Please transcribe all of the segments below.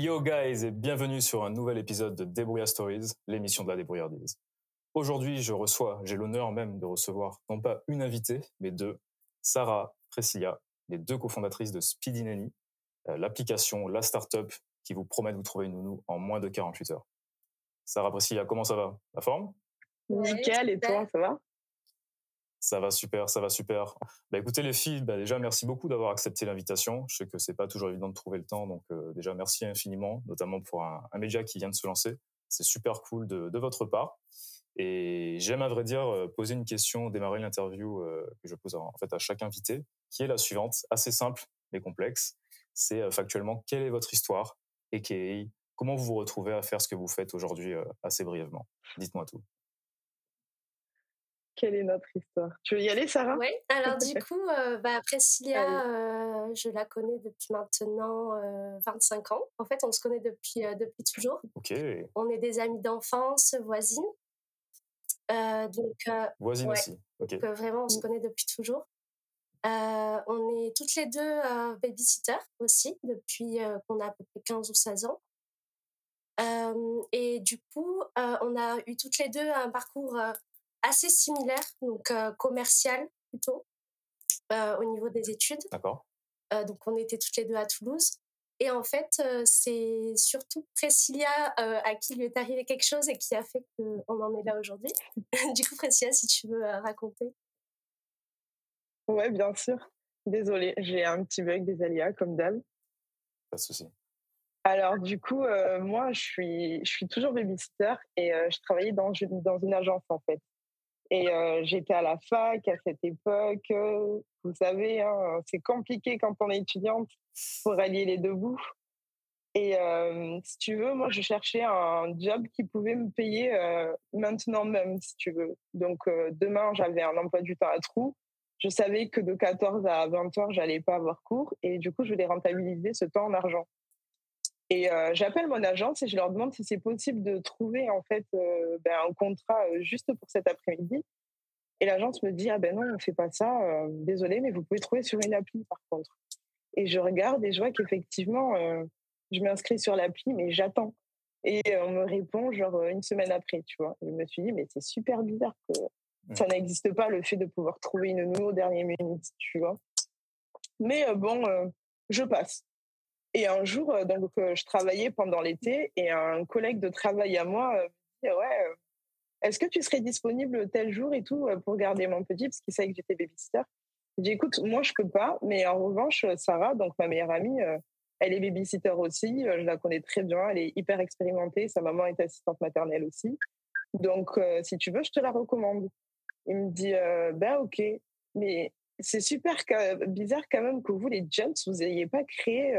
Yo guys et bienvenue sur un nouvel épisode de Débrouillard Stories, l'émission de la débrouillardise. Aujourd'hui, j'ai l'honneur même de recevoir non pas une invitée, mais deux, Sarah, Priscilla, les deux cofondatrices de Speedy Nanny, l'application, la start-up qui vous promet de vous trouver une nounou en moins de 48 heures. Sarah, Priscilla, comment ça va? La forme? Nickel, et toi, ça va? Ça va super, ça va super. Écoutez les filles, déjà merci beaucoup d'avoir accepté l'invitation. Je sais que c'est pas toujours évident de trouver le temps, donc déjà merci infiniment, notamment pour un média qui vient de se lancer. C'est super cool de votre part. Et j'aime à vrai dire poser une question, démarrer l'interview que je pose en fait à chaque invité, qui est la suivante, assez simple mais complexe. C'est factuellement quelle est votre histoire et comment vous vous retrouvez à faire ce que vous faites aujourd'hui assez brièvement. Dites-moi tout. Quelle est notre histoire? Tu veux y aller, Sarah? Oui, alors du coup, Priscilla, je la connais depuis maintenant 25 ans. En fait, on se connaît depuis toujours. Ok. On est des amies d'enfance, voisines. Voisines ouais, aussi. Ok. donc vraiment, on se connaît depuis toujours. On est toutes les deux babysitters aussi, depuis qu'on a à peu près 15 ou 16 ans. Et du coup, on a eu toutes les deux un parcours assez similaire, donc commercial plutôt, au niveau des études. D'accord. Donc, on était toutes les deux à Toulouse. Et en fait, c'est surtout Priscilla à qui lui est arrivé quelque chose et qui a fait qu'on en est là aujourd'hui. Du coup, Priscilla, si tu veux raconter. Ouais, bien sûr. Désolée, j'ai un petit bug des aléas, comme d'hab. Pas de souci. Alors, du coup, moi, je suis toujours babysitter et je travaillais dans une agence, en fait. Et j'étais à la fac à cette époque. Vous savez, hein, c'est compliqué quand on est étudiante pour allier les deux bouts. Et si tu veux, moi, je cherchais un job qui pouvait me payer maintenant même, si tu veux. Donc, demain, j'avais un emploi du temps à trous. Je savais que de 14 à 20 heures, j'allais pas avoir cours. Et du coup, je voulais rentabiliser ce temps en argent. Et j'appelle mon agence et je leur demande si c'est possible de trouver en fait un contrat juste pour cet après-midi. Et l'agence me dit ah ben non, on fait pas ça. Désolé, mais vous pouvez trouver sur une appli par contre. Et je regarde et je vois qu'effectivement, je m'inscris sur l'appli, mais j'attends. Et on me répond genre une semaine après, tu vois. Je me suis dit mais c'est super bizarre que ça n'existe pas, le fait de pouvoir trouver une nounou aux dernières minutes, tu vois. Mais je passe. Et un jour, je travaillais pendant l'été et un collègue de travail à moi me dit ouais, est-ce que tu serais disponible tel jour et tout pour garder mon petit parce qu'il savait que j'étais babysitter. J'ai dit écoute, moi je peux pas, mais en revanche Sarah, donc ma meilleure amie, elle est babysitter aussi, je la connais très bien, elle est hyper expérimentée, sa maman est assistante maternelle aussi. Donc si tu veux, je te la recommande. Il me dit ok, mais c'est super bizarre quand même que vous les gents, vous n'ayez pas créé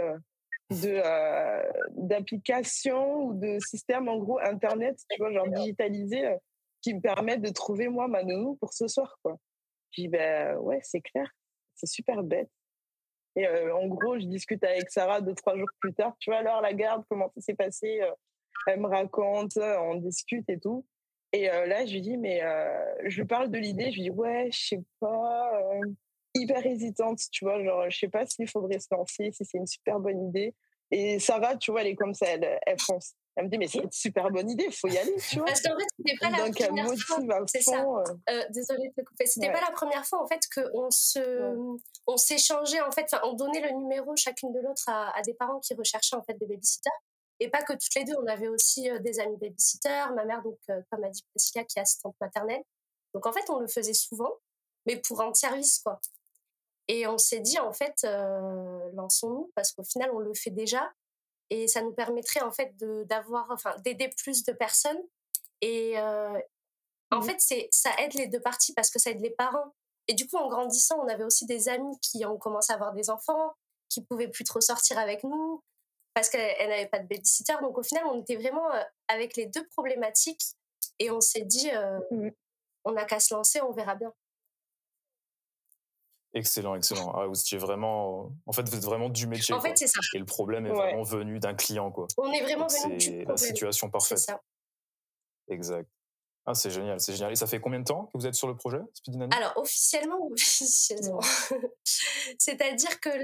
d'applications ou de systèmes en gros internet, tu vois, genre digitalisés qui me permettent de trouver moi ma nounou pour ce soir, quoi. Puis ouais, c'est clair, c'est super bête. Et en gros, je discute avec Sarah 2-3 jours plus tard, tu vois, alors la garde, comment ça s'est passé, elle me raconte, on discute et tout. Et là, je lui dis, mais je lui parle de l'idée, je lui dis, ouais, je sais pas, hyper hésitante, tu vois, genre, je sais pas s'il faudrait se lancer, si c'est une super bonne idée. Et Sarah, tu vois, elle est comme ça, elle fonce. Elle me dit, mais c'est une super bonne idée, il faut y aller, tu vois. Parce qu'en fait, c'était pas la Donc, elle première motive fois. à C'est fond. ça. Désolée de te couper. C'était pas la première fois, en fait, on s'échangeait, en fait, on donnait le numéro chacune de l'autre à des parents qui recherchaient, en fait, des babysitters. Et pas que toutes les deux, on avait aussi des amis babysitters. Ma mère, donc, comme a dit Priscilla, qui est assistante maternelle. Donc, en fait, on le faisait souvent, mais pour rendre service, quoi. Et on s'est dit, en fait, lançons-nous, parce qu'au final, on le fait déjà. Et ça nous permettrait, en fait, d'aider plus de personnes. Et en fait, ça aide les deux parties parce que ça aide les parents. Et du coup, en grandissant, on avait aussi des amis qui ont commencé à avoir des enfants, qui pouvaient plus trop sortir avec nous parce qu'elles n'avaient pas de babysitter. Donc au final, on était vraiment avec les deux problématiques et on s'est dit, on n'a qu'à se lancer, on verra bien. Excellent, excellent. Ah, vous êtes vraiment du métier. En fait, c'est ça. Et le problème est vraiment venu d'un client, quoi. On est vraiment venu du problème. C'est la situation parfaite. C'est ça. Exact. Ah, c'est génial, c'est génial. Et ça fait combien de temps que vous êtes sur le projet, Speedy Nanny ? Alors, officiellement. C'est-à-dire que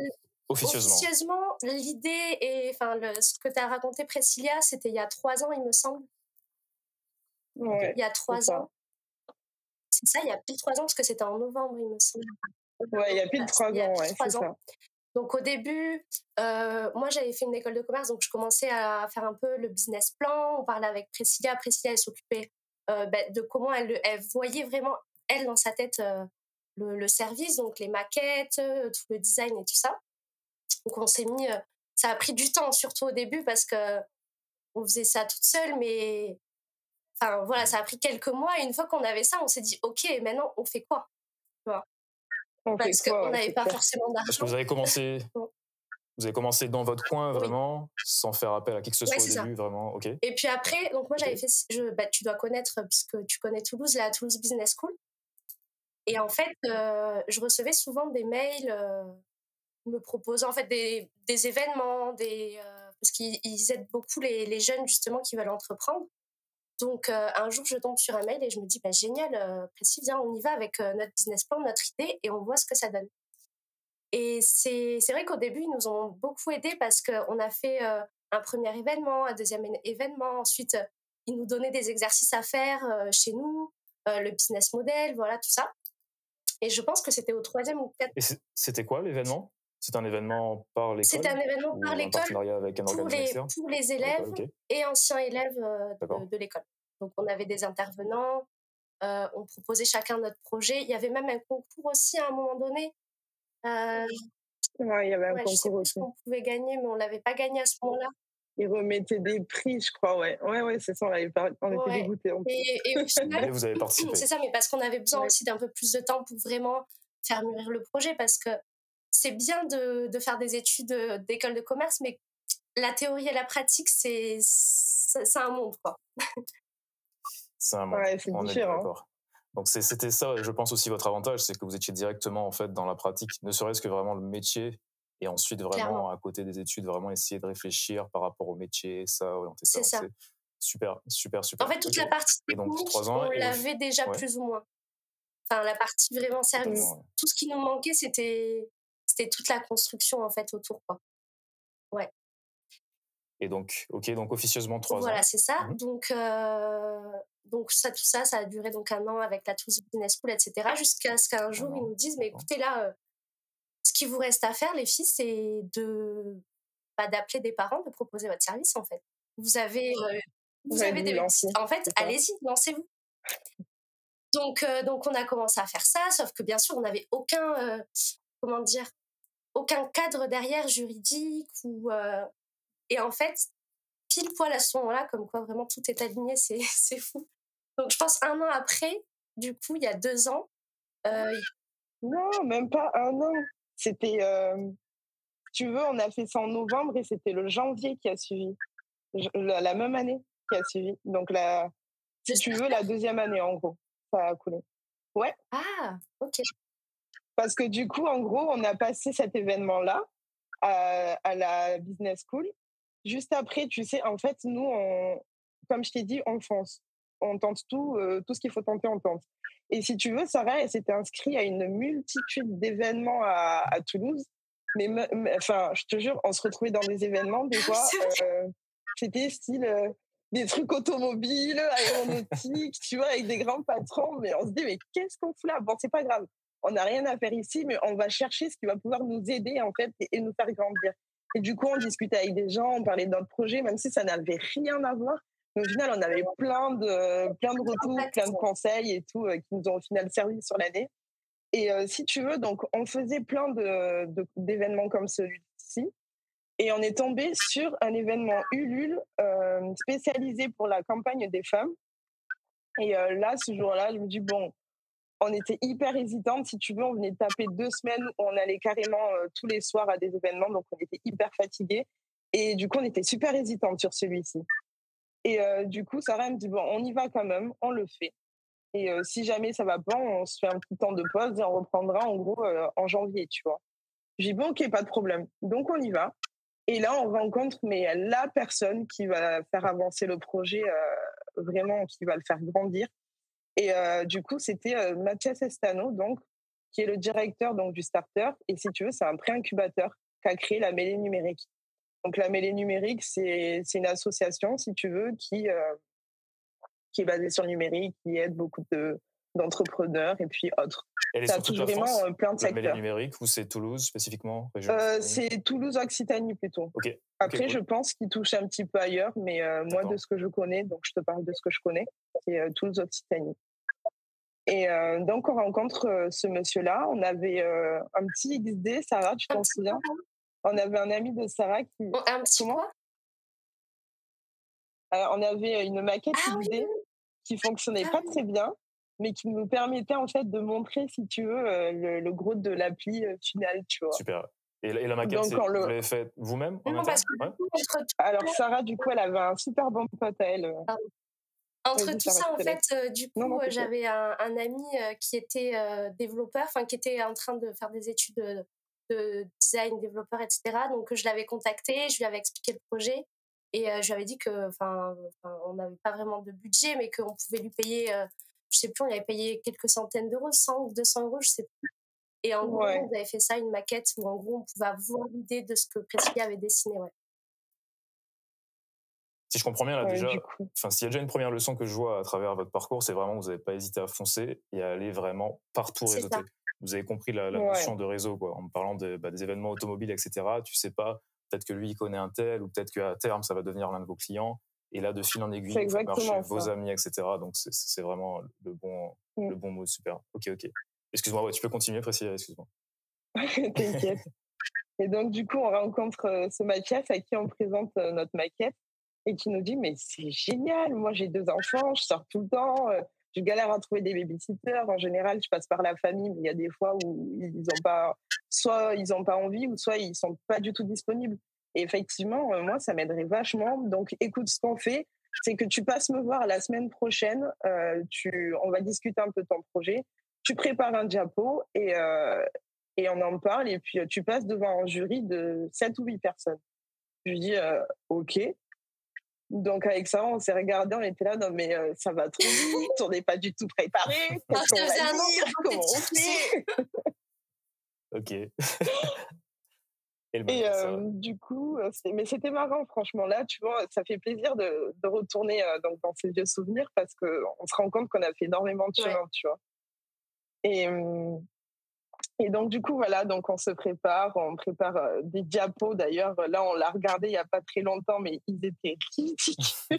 Officieusement, l'idée et ce que tu as raconté, Priscilla, c'était il y a 3 ans, il me semble. Ouais, il y a 3 ans. C'est ça, il y a pile 3 ans, parce que c'était en novembre, il me semble. Ouais, il y a pile 3 ans, ouais, c'est ça. Donc au début, moi j'avais fait une école de commerce, donc je commençais à faire un peu le business plan. On parlait avec Priscilla. Priscilla, elle s'occupait de comment elle voyait vraiment, elle, dans sa tête, le service, donc les maquettes, tout le design et tout ça. Donc on s'est mis... ça a pris du temps, surtout au début, parce qu'on faisait ça toute seule, mais... Enfin, voilà, ça a pris quelques mois. Et une fois qu'on avait ça, on s'est dit, OK, maintenant, on fait quoi, tu vois? Parce qu'on n'avait pas forcément d'argent. Parce que vous avez commencé dans votre coin, vraiment, sans faire appel à qui que ce soit au début, vraiment, OK. Et puis après, donc moi, j'avais fait... tu dois connaître, puisque tu connais Toulouse, la Toulouse Business School. Et en fait, je recevais souvent des mails me proposant en fait des événements, parce qu'ils aident beaucoup les jeunes, justement, qui veulent entreprendre. Donc, un jour, je tombe sur un mail et je me dis, génial, Précis, viens, on y va avec notre business plan, notre idée, et on voit ce que ça donne. Et c'est vrai qu'au début, ils nous ont beaucoup aidés, parce qu'on a fait un premier événement, un deuxième événement. Ensuite, ils nous donnaient des exercices à faire chez nous, le business model, voilà, tout ça. Et je pense que c'était au 3e ou 4e. Et c'était quoi l'événement? C'est un événement par l'école? C'était un événement par l'école, partenariat avec un organisme externe? pour les élèves et anciens élèves de l'école. Donc, on avait des intervenants, on proposait chacun notre projet. Il y avait même un concours aussi à un moment donné. Il y avait un concours aussi. Je sais plus ce qu'on pouvait gagner, mais on ne l'avait pas gagné à ce moment-là. Ils remettaient des prix, je crois, ouais. Ouais, c'est ça, on était dégoûtés. Et au final, mais vous avez participé. C'est ça, mais parce qu'on avait besoin aussi d'un peu plus de temps pour vraiment faire mûrir le projet, parce que c'est bien de faire des études d'école de commerce, mais la théorie et la pratique, c'est un monde, quoi. C'est un monde. Ouais, c'est différent. D'accord. Donc c'était ça, je pense aussi votre avantage, c'est que vous étiez directement en fait dans la pratique, ne serait-ce que vraiment le métier, et ensuite vraiment Clairement. à côté des études, vraiment essayer de réfléchir par rapport au métier, orienter ça. C'est ça. Super. En fait, toute la partie technique, donc, 3 ans, on l'avait déjà plus ou moins. Enfin, la partie vraiment service. Tout ce qui nous manquait, c'était toute la construction, en fait, autour, quoi. Ouais. Et donc, donc officieusement 3 ans. Voilà, c'est ça. Donc tout ça a duré donc 1 an avec la Toulouse Business School, etc. Jusqu'à ce qu'un jour, ils nous disent, mais écoutez, là, ce qui vous reste à faire, les filles, c'est d'appeler des parents, de proposer votre service, en fait. Vous avez des babysitters. En fait, allez-y, lancez-vous. Donc, on a commencé à faire ça, sauf que bien sûr, on n'avait aucun cadre derrière juridique et en fait, pile poil à ce moment-là, comme quoi vraiment tout est aligné, c'est fou. Donc, je pense 1 an après, du coup, il y a 2 ans. Non, même pas 1 an. C'était, tu veux, on a fait ça en novembre et c'était le janvier qui a suivi. La même année qui a suivi. Donc, si tu veux, la 2e année, en gros, ça a coulé. Ouais. Ah, OK. Parce que du coup, en gros, on a passé cet événement-là à la business school. Juste après, tu sais, en fait, nous, comme je t'ai dit, on fonce. On tente tout ce qu'il faut tenter, on tente. Et si tu veux, Sarah, elle s'était inscrite à une multitude d'événements à Toulouse. Mais enfin, je te jure, on se retrouvait dans des événements, des fois, c'était style des trucs automobiles, aéronautiques, tu vois, avec des grands patrons. Mais on se dit, mais qu'est-ce qu'on fout là? Bon, c'est pas grave. On n'a rien à faire ici, mais on va chercher ce qui va pouvoir nous aider, en fait, et nous faire grandir. Et du coup, on discutait avec des gens, on parlait de notre projet, même si ça n'avait rien à voir. Mais au final, on avait plein de retours, plein de conseils et tout, qui nous ont au final servi sur l'année. Et si tu veux, donc, on faisait plein d'événements comme celui-ci. Et on est tombé sur un événement Ulule spécialisé pour la campagne des femmes. Et là, ce jour-là, je me dis, bon, on était hyper hésitantes. Si tu veux, on venait de taper 2 semaines où on allait carrément tous les soirs à des événements. Donc, on était hyper fatigués. Et du coup, on était super hésitantes sur celui-ci. Et du coup, Sarah me dit, bon, on y va quand même, on le fait. Et si jamais ça va pas, on se fait un petit temps de pause et on reprendra en gros en janvier, tu vois. J'ai dit, bon, ok, pas de problème. Donc, on y va. Et là, on rencontre la personne qui va faire avancer le projet, vraiment, qui va le faire grandir. Et du coup, c'était Mathias Estano, donc, qui est le directeur donc, du starter. Et si tu veux, c'est un pré-incubateur qui a créé la Mêlée numérique. Donc la Mêlée numérique, c'est une association, si tu veux, qui est basée sur le numérique, qui aide beaucoup d'entrepreneurs et puis autres. Elle est Ça sur toute touche la vraiment France, plein de la Mêlée secteurs. numérique, ou c'est Toulouse spécifiquement, région C'est Toulouse-Occitanie plutôt. Ok. Après, cool. je pense qu'il touche un petit peu ailleurs, mais moi, de ce que je connais, donc je te parle de ce que je connais, c'est Toulouse-Occitanie. Et donc, on rencontre ce monsieur-là. On avait un petit XD, Sarah, tu t'en souviens? On avait un ami de Sarah qui... Un petit quoi? On avait une maquette XD qui fonctionnait pas très bien, mais qui nous permettait en fait de montrer, si tu veux, le gros de l'appli finale, tu vois. Super. Et la maquette, Donc, vous l'avez faite vous-même en Non, interne? parce que Alors, Sarah, du coup, elle avait un super bon pote à elle. Entre Vas-y, tout Sarah, ça, je en te laisse. fait, du coup, Non, j'avais un ami qui était développeur, enfin qui était en train de faire des études de design, développeur, etc. Donc, je l'avais contacté, je lui avais expliqué le projet et je lui avais dit que, on n'avait pas vraiment de budget, mais qu'on pouvait lui payer, je sais plus, on lui avait payé quelques centaines d'euros, 100 ou 200 euros, je sais plus. Et en gros, Ouais. on avait fait ça, une maquette où en gros, on pouvait avoir l'idée de ce que Priscilla avait dessiné, ouais. Si je comprends bien, là, déjà, Du coup. s'il y a déjà une première leçon que je vois à travers votre parcours, c'est vraiment que vous n'avez pas hésité à foncer et à aller vraiment partout C'est réseauter. ça. Vous avez compris la Ouais. notion de réseau, quoi, en me parlant des événements automobiles, etc. Tu sais pas, peut-être que lui, il connaît un tel, ou peut-être qu'à terme, ça va devenir l'un de vos clients. Et là, de fil en aiguille, C'est vous faites marcher exactement vos ça. amis, etc. Donc, c'est vraiment le bon mot, super. Ok. Excuse-moi, ouais, tu peux continuer, Priscilla, excuse-moi. T'inquiète. Et donc, du coup, on rencontre ce Mathias à qui on présente notre maquette et qui nous dit, mais c'est génial, moi j'ai 2 enfants, je sors tout le temps, je galère à trouver des babysitters. En général, je passe par la famille, mais il y a des fois où soit ils n'ont pas envie, ou soit ils sont pas du tout disponibles. Et effectivement, moi, ça m'aiderait vachement. Donc, écoute, ce qu'on fait, c'est que tu passes me voir la semaine prochaine, on va discuter un peu de ton projet, tu prépares un diapo et on en parle, et puis tu passes devant un jury de 7 ou 8 personnes. Je lui dis, OK. Donc avec ça, on s'est regardé, on était là, non mais ça va trop vite, on n'est pas du tout préparé, qu'est-ce qu'on va dire, comment on fait? Ok. Et du coup, c'était marrant, franchement. Là, tu vois, ça fait plaisir de retourner donc dans ces vieux souvenirs, parce qu'on se rend compte qu'on a fait énormément de chemin, tu vois. Et donc, du coup, voilà, donc on prépare des diapos. D'ailleurs, là, on l'a regardé il n'y a pas très longtemps, mais ils étaient ridicules.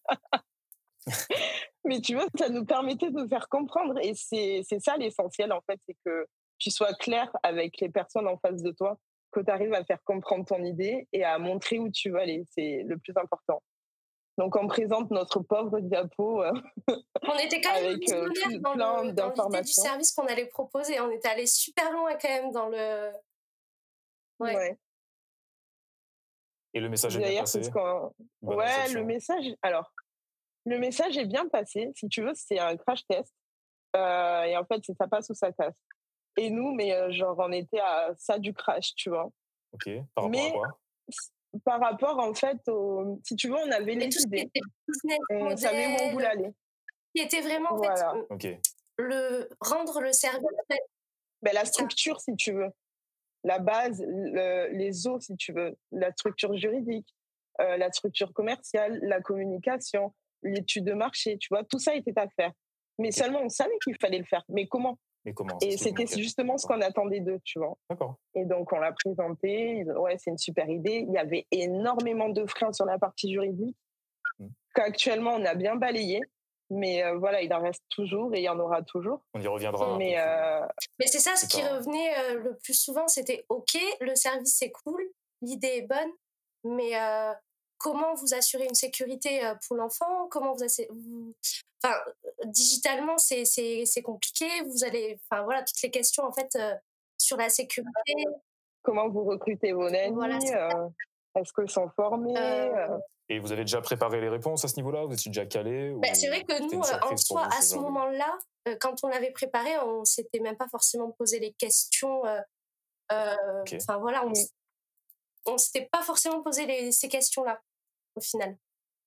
Mais tu vois, ça nous permettait de nous faire comprendre. Et c'est ça l'essentiel, en fait, c'est que tu sois clair avec les personnes en face de toi, que tu arrives à faire comprendre ton idée et à montrer où tu veux aller. C'est le plus important. Donc, on présente notre pauvre diapo On était quand même avec visionnaires dans l'idée du d'informations. service qu'on allait proposer. On était allé super loin quand même dans le... Ouais. Et le message est bien passé? Ouais, le message est bien passé. Si tu veux, c'est un crash test. Et en fait, c'est ça passe ou ça casse. Et nous, mais genre, on était à ça du crash, tu vois. Ok, par rapport à quoi? Par rapport, en fait, si tu veux, on avait les idées. On savait où on voulait aller. Qui était vraiment, voilà. en fait, rendre le service... La structure, si tu veux. La base, les os, si tu veux. La structure juridique, la structure commerciale, la communication, l'étude de marché, tu vois. Tout ça était à faire. Mais seulement, on savait qu'il fallait le faire. Mais comment? Et c'était justement ce qu'on attendait d'eux, tu vois. D'accord. Et donc, on l'a présenté. Ouais, c'est une super idée. Il y avait énormément de freins sur la partie juridique qu'actuellement, on a bien balayé. Mais voilà, il en reste toujours et il y en aura toujours. On y reviendra. Mais c'est ça, ce qui revenait le plus souvent, c'était OK, le service c'est cool, l'idée est bonne, mais comment vous assurez une sécurité pour l'enfant? Comment Enfin, digitalement, c'est compliqué. Vous allez... Enfin, voilà, toutes les questions, en fait, sur la sécurité. Comment vous recrutez vos nannies? Voilà, est-ce qu'ils sont formés? Et vous avez déjà préparé les réponses à ce niveau-là? Vous étiez déjà calé? C'est vrai que nous, en soi, à ce moment-là, quand on l'avait préparé, on ne s'était même pas forcément posé les questions. Enfin, voilà, on ne s'était pas forcément posé ces questions-là, au final.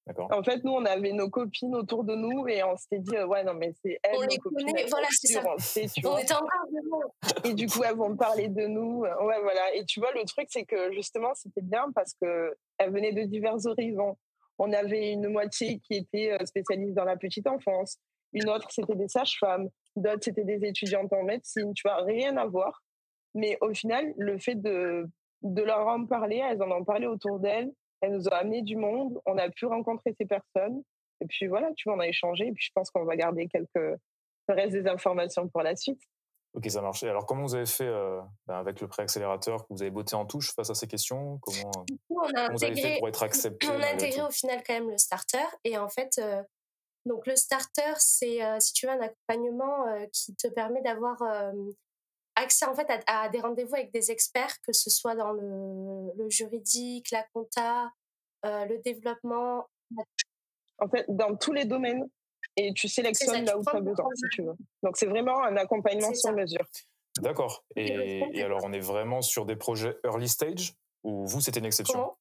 D'accord. En fait, nous, on avait nos copines autour de nous et on s'était dit, ouais, non, mais c'est elles, On nos les copines, connaît, elles voilà, sont c'est sûres, ça. on le sait, tu On vois. était encore devant. Et du coup, elles vont parler de nous. Ouais, voilà. Et tu vois, le truc, c'est que justement, c'était bien parce que elles venaient de divers horizons. On avait une moitié qui était spécialiste dans la petite enfance, une autre, c'était des sages-femmes, d'autres, c'était des étudiantes en médecine, tu vois, rien à voir. Mais au final, le fait de leur en parler, elles en ont parlé autour d'elles, elles nous ont amené du monde, on a pu rencontrer ces personnes. Et puis voilà, tu vois, on a échangé. Et puis je pense qu'on va garder le reste des informations pour la suite. Ok, ça marche. Et alors, comment vous avez fait avec le préaccélérateur? Vous avez botté en touche face à ces questions? Du coup, on a Comment vous avez fait intégré, pour être accepté on a malgré intégré tout? au final quand même le starter. Et en fait, donc le starter, c'est, si tu veux, un accompagnement qui te permet d'avoir accès en fait à des rendez-vous avec des experts, que ce soit dans le juridique, la compta, le développement. En fait, dans tous les domaines, et tu C'est ça, sélectionnes tu là où tu prends as le besoin, temps. si tu veux. Donc, c'est vraiment un accompagnement C'est sur ça. mesure. D'accord. Et le truc, Et alors, on est vraiment sur des projets early stage ou vous, c'était une exception? comment?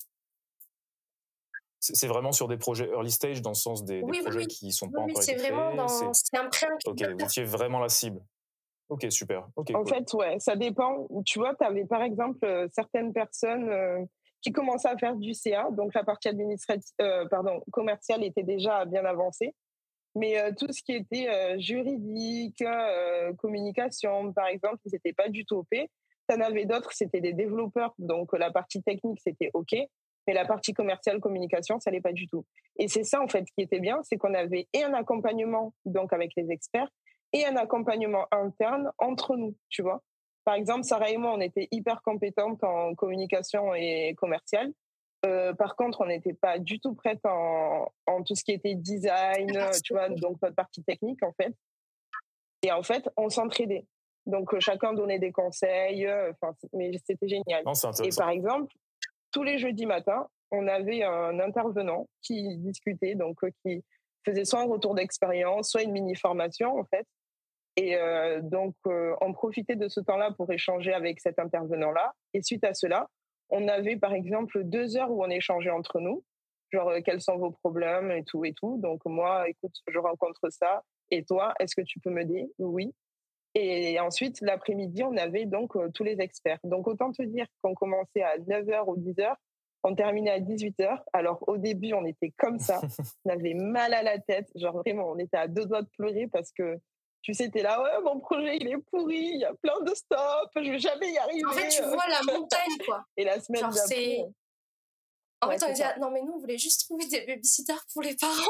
C'est vraiment sur des projets early stage dans le sens des Oui, oui, projets oui. qui ne sont Oui, pas oui, encore c'est été vraiment créés? c'est un Ok, vous pré-incubateur. étiez vraiment la cible. Ok, super. Ok, En cool. fait, ouais, ça dépend. Tu vois, tu avais par exemple certaines personnes qui commençaient à faire du CA, donc la partie administrative, pardon, commerciale était déjà bien avancée. Mais tout ce qui était juridique, communication, par exemple, ils n'étaient pas du tout OP. T'en avais d'autres, c'était des développeurs, donc la partie technique, c'était OK, mais la partie commerciale, communication, ça l'est pas du tout. Et c'est ça, en fait, qui était bien, c'est qu'on avait et un accompagnement, donc avec les experts, et un accompagnement interne entre nous, tu vois. Par exemple, Sarah et moi, on était hyper compétentes en communication et commerciale. Par contre, on n'était pas du tout prête en tout ce qui était design, La partie tu vois, technique. donc notre partie technique, en fait. Et en fait, on s'entraidait. Donc, chacun donnait des conseils, mais c'était génial. Non, c'est Et intéressant. par exemple, tous les jeudis matins, on avait un intervenant qui discutait, donc qui faisait soit un retour d'expérience, soit une mini-formation, en fait. Et on profitait de ce temps-là pour échanger avec cet intervenant-là. Et suite à cela, on avait par exemple 2 heures où on échangeait entre nous, genre quels sont vos problèmes et tout et tout. Donc moi, écoute, je rencontre ça. Et toi, est-ce que tu peux m'aider? Oui. Et ensuite, l'après-midi, on avait donc tous les experts. Donc autant te dire qu'on commençait à 9 heures ou 10 heures, on terminait à 18 heures. Alors au début, on était comme ça, on avait mal à la tête, genre vraiment, on était à deux doigts de pleurer parce que tu sais, t'es là, ouais, mon projet, il est pourri, il y a plein de stops, je vais jamais y En fait, tu arriver. vois la montagne, quoi. Et la semaine Genre, d'après, c'est. En ouais, fait, on c'est était ça. là, non, mais nous, on voulait juste trouver des babysitters pour les parents.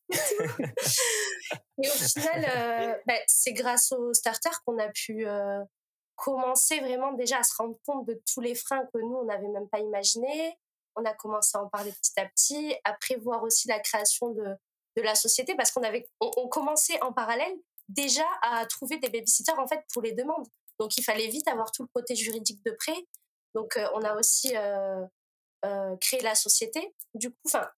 Et au final, c'est grâce au starter qu'on a pu commencer vraiment déjà à se rendre compte de tous les freins que nous, on n'avait même pas imaginés. On a commencé à en parler petit à petit, à prévoir aussi la création de la société, parce on commençait en parallèle déjà à trouver des babysitters en fait pour les demandes. Donc il fallait vite avoir tout le côté juridique de près. Donc on a aussi créé la société. Du coup, enfin,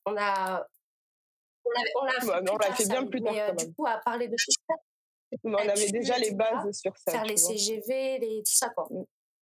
on l'a fait Bah, mais on plus l'a tard fait ça, bien oui. plus tard Mais quand du même. coup, à parler de tout ça, Mais on avait statut, déjà les etc., bases sur ça, faire tu les vois. CGV, tout ça, quoi.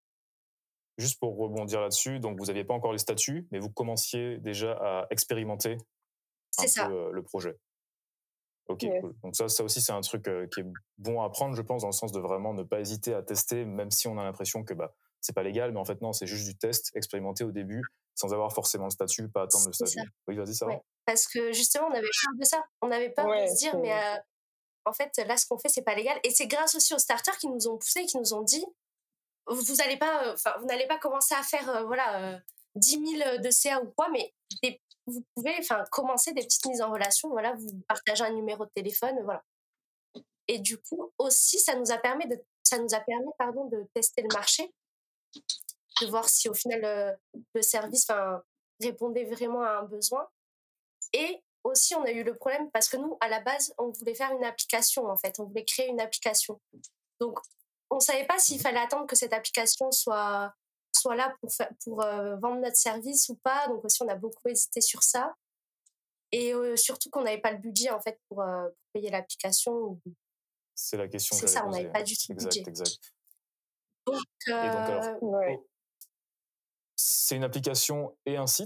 Juste pour rebondir là-dessus, donc vous n'aviez pas encore les statuts, mais vous commenciez déjà à expérimenter C'est un ça. peu le projet. Ok, Yes. cool. Donc ça aussi, c'est un truc qui est bon à apprendre, je pense, dans le sens de vraiment ne pas hésiter à tester, même si on a l'impression que c'est pas légal, mais en fait non, c'est juste du test, expérimenter au début, sans avoir forcément le statut, pas attendre le C'est ça. statut. Oui, vas-y, ça va. Ouais. Parce que justement, on avait peur de ça. On avait peur de Ouais, se dire, mais en fait, là, ce qu'on fait, c'est pas légal. Et c'est grâce aussi aux starters qui nous ont poussés, qui nous ont dit, vous n'allez pas commencer à faire 10 000 de CA ou quoi, mais vous pouvez commencer des petites mises en relation. Voilà, vous partagez un numéro de téléphone, voilà. Et du coup, aussi, ça nous a permis, pardon, de tester le marché, de voir si au final le service répondait vraiment à un besoin. Et aussi, on a eu le problème parce que nous, à la base, on voulait faire une application, en fait. On voulait créer une application. Donc, on ne savait pas s'il fallait attendre que cette application soit là pour vendre notre service ou pas. Donc aussi, on a beaucoup hésité sur ça. Et surtout qu'on n'avait pas le budget, en fait, pour payer l'application. C'est la question que C'est j'allais ça, on poser. n'avait pas du tout de budget. Exact. Donc, Et donc alors, ouais. c'est une application et un site,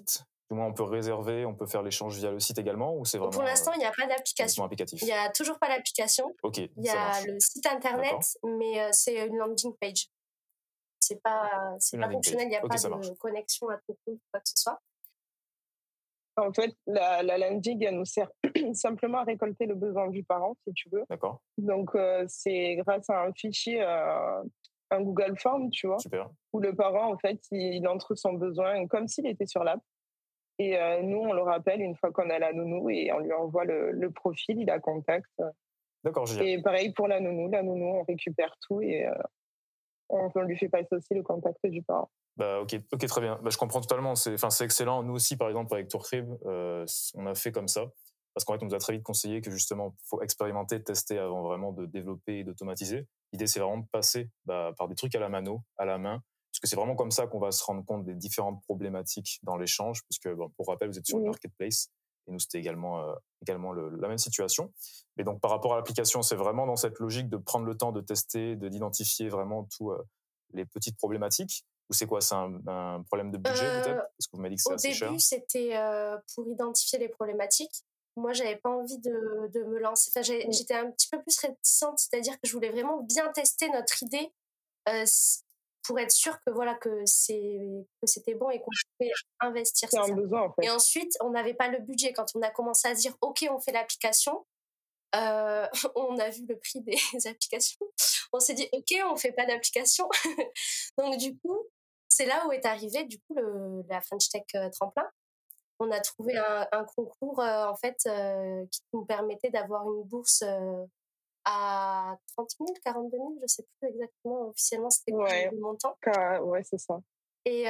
Du moins, on peut réserver, on peut faire l'échange via le site également, ou c'est vraiment Pour l'instant, il n'y a pas d'application. applicatif? Il n'y a toujours pas l'application. Ok, Il y ça a marche. le site internet, mais c'est une landing page. C'est pas fonctionnel, il n'y a pas de connexion à ton compte ou quoi que ce soit. En fait, la landing, elle nous sert simplement à récolter le besoin du parent, si tu veux. D'accord. Donc, c'est grâce à un fichier, un Google Form, tu vois, Super. où le parent, en fait, il entre son besoin comme s'il était sur l'app. Et nous, on le rappelle une fois qu'on a la nounou et on lui envoie le profil, il a contact. D'accord, génial. Et pareil pour la nounou, on récupère tout et on lui fait passer aussi le contact du parent. Bah, ok, très bien. Bah, je comprends totalement. C'est excellent. Nous aussi, par exemple, avec Tourcrib, on a fait comme ça. Parce qu'en fait, on nous a très vite conseillé que justement, il faut expérimenter, tester avant vraiment de développer et d'automatiser. L'idée, c'est vraiment de passer par des trucs à la mano, à la main, puisque c'est vraiment comme ça qu'on va se rendre compte des différentes problématiques dans l'échange, puisque, pour rappel, vous êtes sur une marketplace, et nous, c'était également la même situation. Mais donc, par rapport à l'application, c'est vraiment dans cette logique de prendre le temps de tester, d'identifier vraiment tous les petites problématiques. Ou c'est quoi? C'est un problème de budget peut-être? Parce que vous m'avez dit que c'est assez cher. Au début, c'était pour identifier les problématiques. Moi, j'avais pas envie de me lancer. Enfin, j'étais un petit peu plus réticente, c'est-à-dire que je voulais vraiment bien tester notre idée pour être sûre que voilà que c'était bon et qu'on pouvait investir. C'est un besoin, en fait. Et ensuite, on n'avait pas le budget. Quand on a commencé à se dire OK, on fait l'application, on a vu le prix des applications. On s'est dit OK, on fait pas d'application. Donc du coup, c'est là où est arrivé du coup la French Tech Tremplin. On a trouvé un concours en fait qui nous permettait d'avoir une bourse à 30 000, 42 000, je sais plus exactement officiellement c'était quoi le montant. Ouais, c'est ça. Et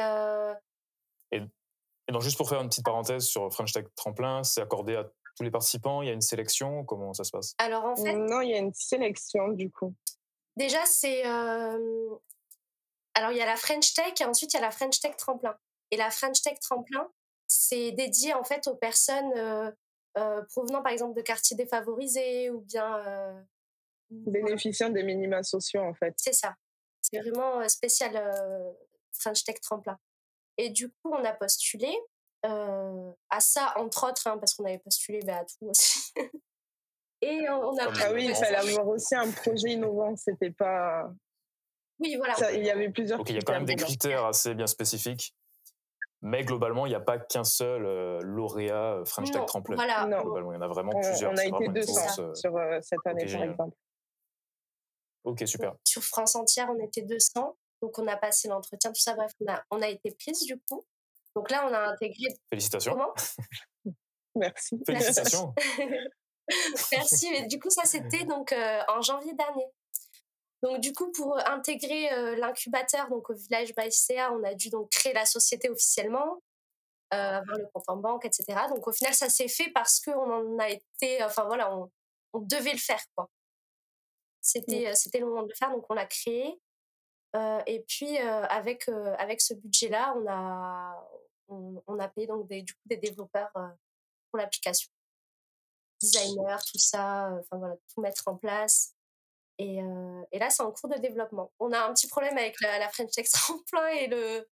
donc juste pour faire une petite parenthèse sur French Tech Tremplin, c'est accordé à tous les participants? Il y a une sélection? Comment ça se passe? Alors en fait, non, il y a une sélection du coup. Déjà c'est alors il y a la French Tech et ensuite il y a la French Tech Tremplin. Et la French Tech Tremplin, c'est dédié en fait aux personnes provenant par exemple de quartiers défavorisés ou bien bénéficiant des minima sociaux en fait. C'est ça. C'est vraiment spécial French Tech Tremplin. Et du coup, on a postulé à ça, entre autres, parce qu'on avait postulé à tout aussi. Et on a... Ah oui, il fallait avoir aussi un projet innovant, c'était pas... Oui, voilà. Il y avait plusieurs critères. Il y a quand même des critères assez bien spécifiques. Mais globalement, il n'y a pas qu'un seul lauréat French Tech Tremplin. Voilà. Globalement, il y en a vraiment plusieurs. On a été 200 sur cette année, par exemple. Ok, super. Sur France entière, on était 200. Donc, on a passé l'entretien, tout ça. Bref, on a été prise, du coup. Donc là, on a intégré... Félicitations. Comment? Merci. Félicitations. Merci. Mais du coup, ça, c'était donc en janvier dernier. Donc, du coup, pour intégrer l'incubateur donc au Village by CA, on a dû donc créer la société officiellement, avoir le compte en banque, etc. Donc, au final, ça s'est fait parce qu'on en a été... Enfin, voilà, on devait le faire, quoi. C'était le moment de le faire, donc on l'a créé. Et puis, avec ce budget-là, on a payé donc des développeurs pour l'application. Designers, tout ça, enfin voilà, tout mettre en place. Et là, c'est en cours de développement. On a un petit problème avec la French Tech Tremplin et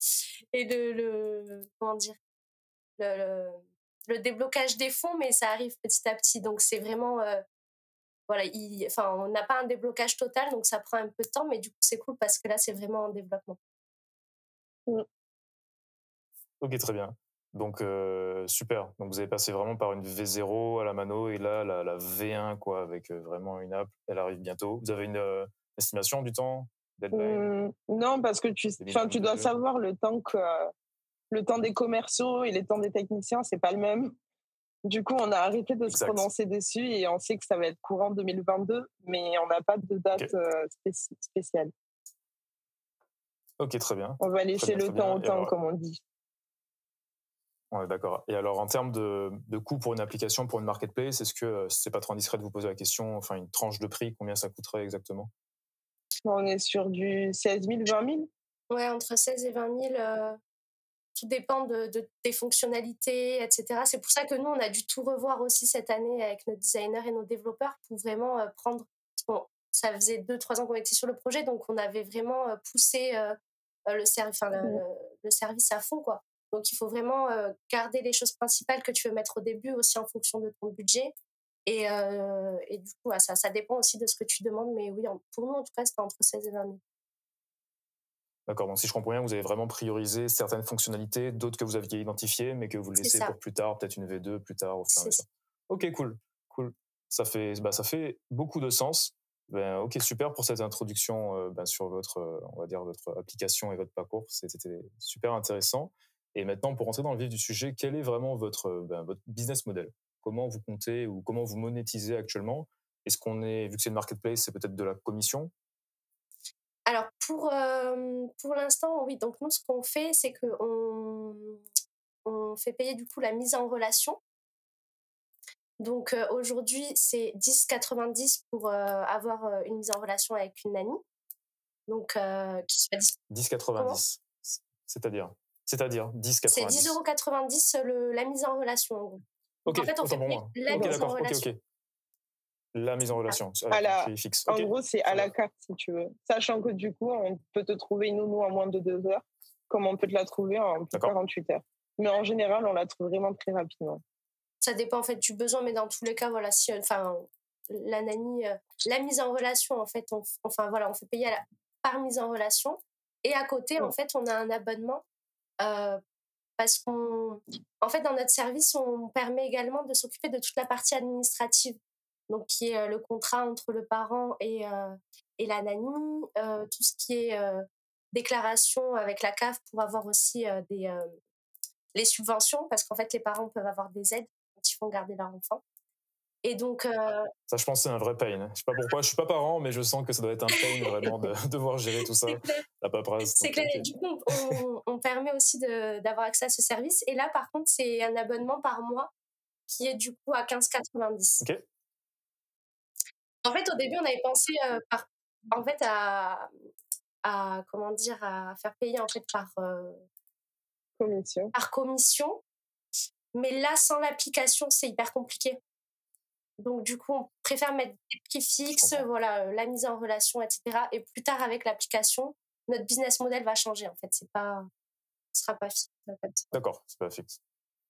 le comment dire, le déblocage des fonds, mais ça arrive petit à petit. Donc, c'est vraiment... voilà, on n'a pas un déblocage total, donc ça prend un peu de temps, mais du coup, c'est cool parce que là, c'est vraiment en développement. Ok, très bien. Donc, super. Donc, vous avez passé vraiment par une V0 à la mano et là, la V1, quoi, avec vraiment une app. Elle arrive bientôt. Vous avez une estimation du temps? Deadline? Non, parce que tu dois savoir le temps des commerciaux et le temps des techniciens, c'est pas le même. Du coup, on a arrêté de se prononcer dessus et on sait que ça va être courant 2022, mais on n'a pas de date spéciale. Ok, très bien. On va laisser le temps au temps, comme on dit. Ouais, d'accord. Et alors, en termes de coût pour une application, pour une marketplace, est-ce que c'est pas trop indiscret de vous poser la question, enfin, une tranche de prix, combien ça coûterait exactement? On est sur du 16 000, 20 000. Ouais, entre 16 et 20 000. Tout dépend des fonctionnalités, etc. C'est pour ça que nous, on a dû tout revoir aussi cette année avec nos designers et nos développeurs pour vraiment prendre... ça faisait 2-3 ans qu'on était sur le projet, donc on avait vraiment poussé le service à fond, quoi. Donc, il faut vraiment garder les choses principales que tu veux mettre au début aussi en fonction de ton budget. Et du coup, ça dépend aussi de ce que tu demandes. Mais oui, pour nous, en tout cas, c'était entre 16 et 20 000. D'accord, donc si je comprends bien, vous avez vraiment priorisé certaines fonctionnalités, d'autres que vous aviez identifiées, mais que vous laissez pour plus tard, peut-être une V2 plus tard au fur et à mesure. Ok, cool, cool. Ça fait beaucoup de sens. Ok, super pour cette introduction sur on va dire votre application et votre parcours. C'était super intéressant. Et maintenant, pour rentrer dans le vif du sujet, quel est vraiment votre business model? Comment vous comptez ou comment vous monétisez actuellement? Vu que c'est une marketplace, c'est peut-être de la commission? Alors, pour l'instant, oui. Donc, nous, ce qu'on fait, c'est qu'on fait payer du coup la mise en relation. Donc, aujourd'hui, c'est 10,90 pour avoir une mise en relation avec une nanny. Donc, qui soit 10,90. C'est-à-dire 10,90. C'est 10,90 € la mise en relation, en gros. Ok, en fait, on fait pour moi. la mise en relation. Ok. La mise en relation, avec un prix fixe. En gros, c'est à la carte, si tu veux. Sachant que du coup, on peut te trouver une nounou en moins de 2 heures, comme on peut te la trouver en plus de 48 heures. Mais en général, on la trouve vraiment très rapidement. Ça dépend en fait du besoin, mais dans tous les cas, voilà, si, la nanny, la mise en relation, en fait, on fait payer par mise en relation. Et à côté, en fait, on a un abonnement parce en fait, dans notre service, on permet également de s'occuper de toute la partie administrative. Donc, qui est le contrat entre le parent et la nanny, tout ce qui est déclaration avec la CAF pour avoir aussi les subventions, parce qu'en fait, les parents peuvent avoir des aides quand ils font garder leur enfant. Et donc... Ça, je pense, c'est un vrai pain. Je sais pas pourquoi, je suis pas parent, mais je sens que ça doit être un pain vraiment de devoir gérer tout ça. La paperasse. C'est clair. Et du coup, on permet aussi d'avoir accès à ce service. Et là, par contre, c'est un abonnement par mois qui est du coup à 15,90. Ok. En fait, au début, on avait pensé à faire payer en fait par commission. Mais là, sans l'application, c'est hyper compliqué. Donc, du coup, on préfère mettre des prix fixes, la mise en relation, etc. Et plus tard, avec l'application, notre business model va changer. En fait, ce sera pas fixe. D'accord, c'est pas fixe.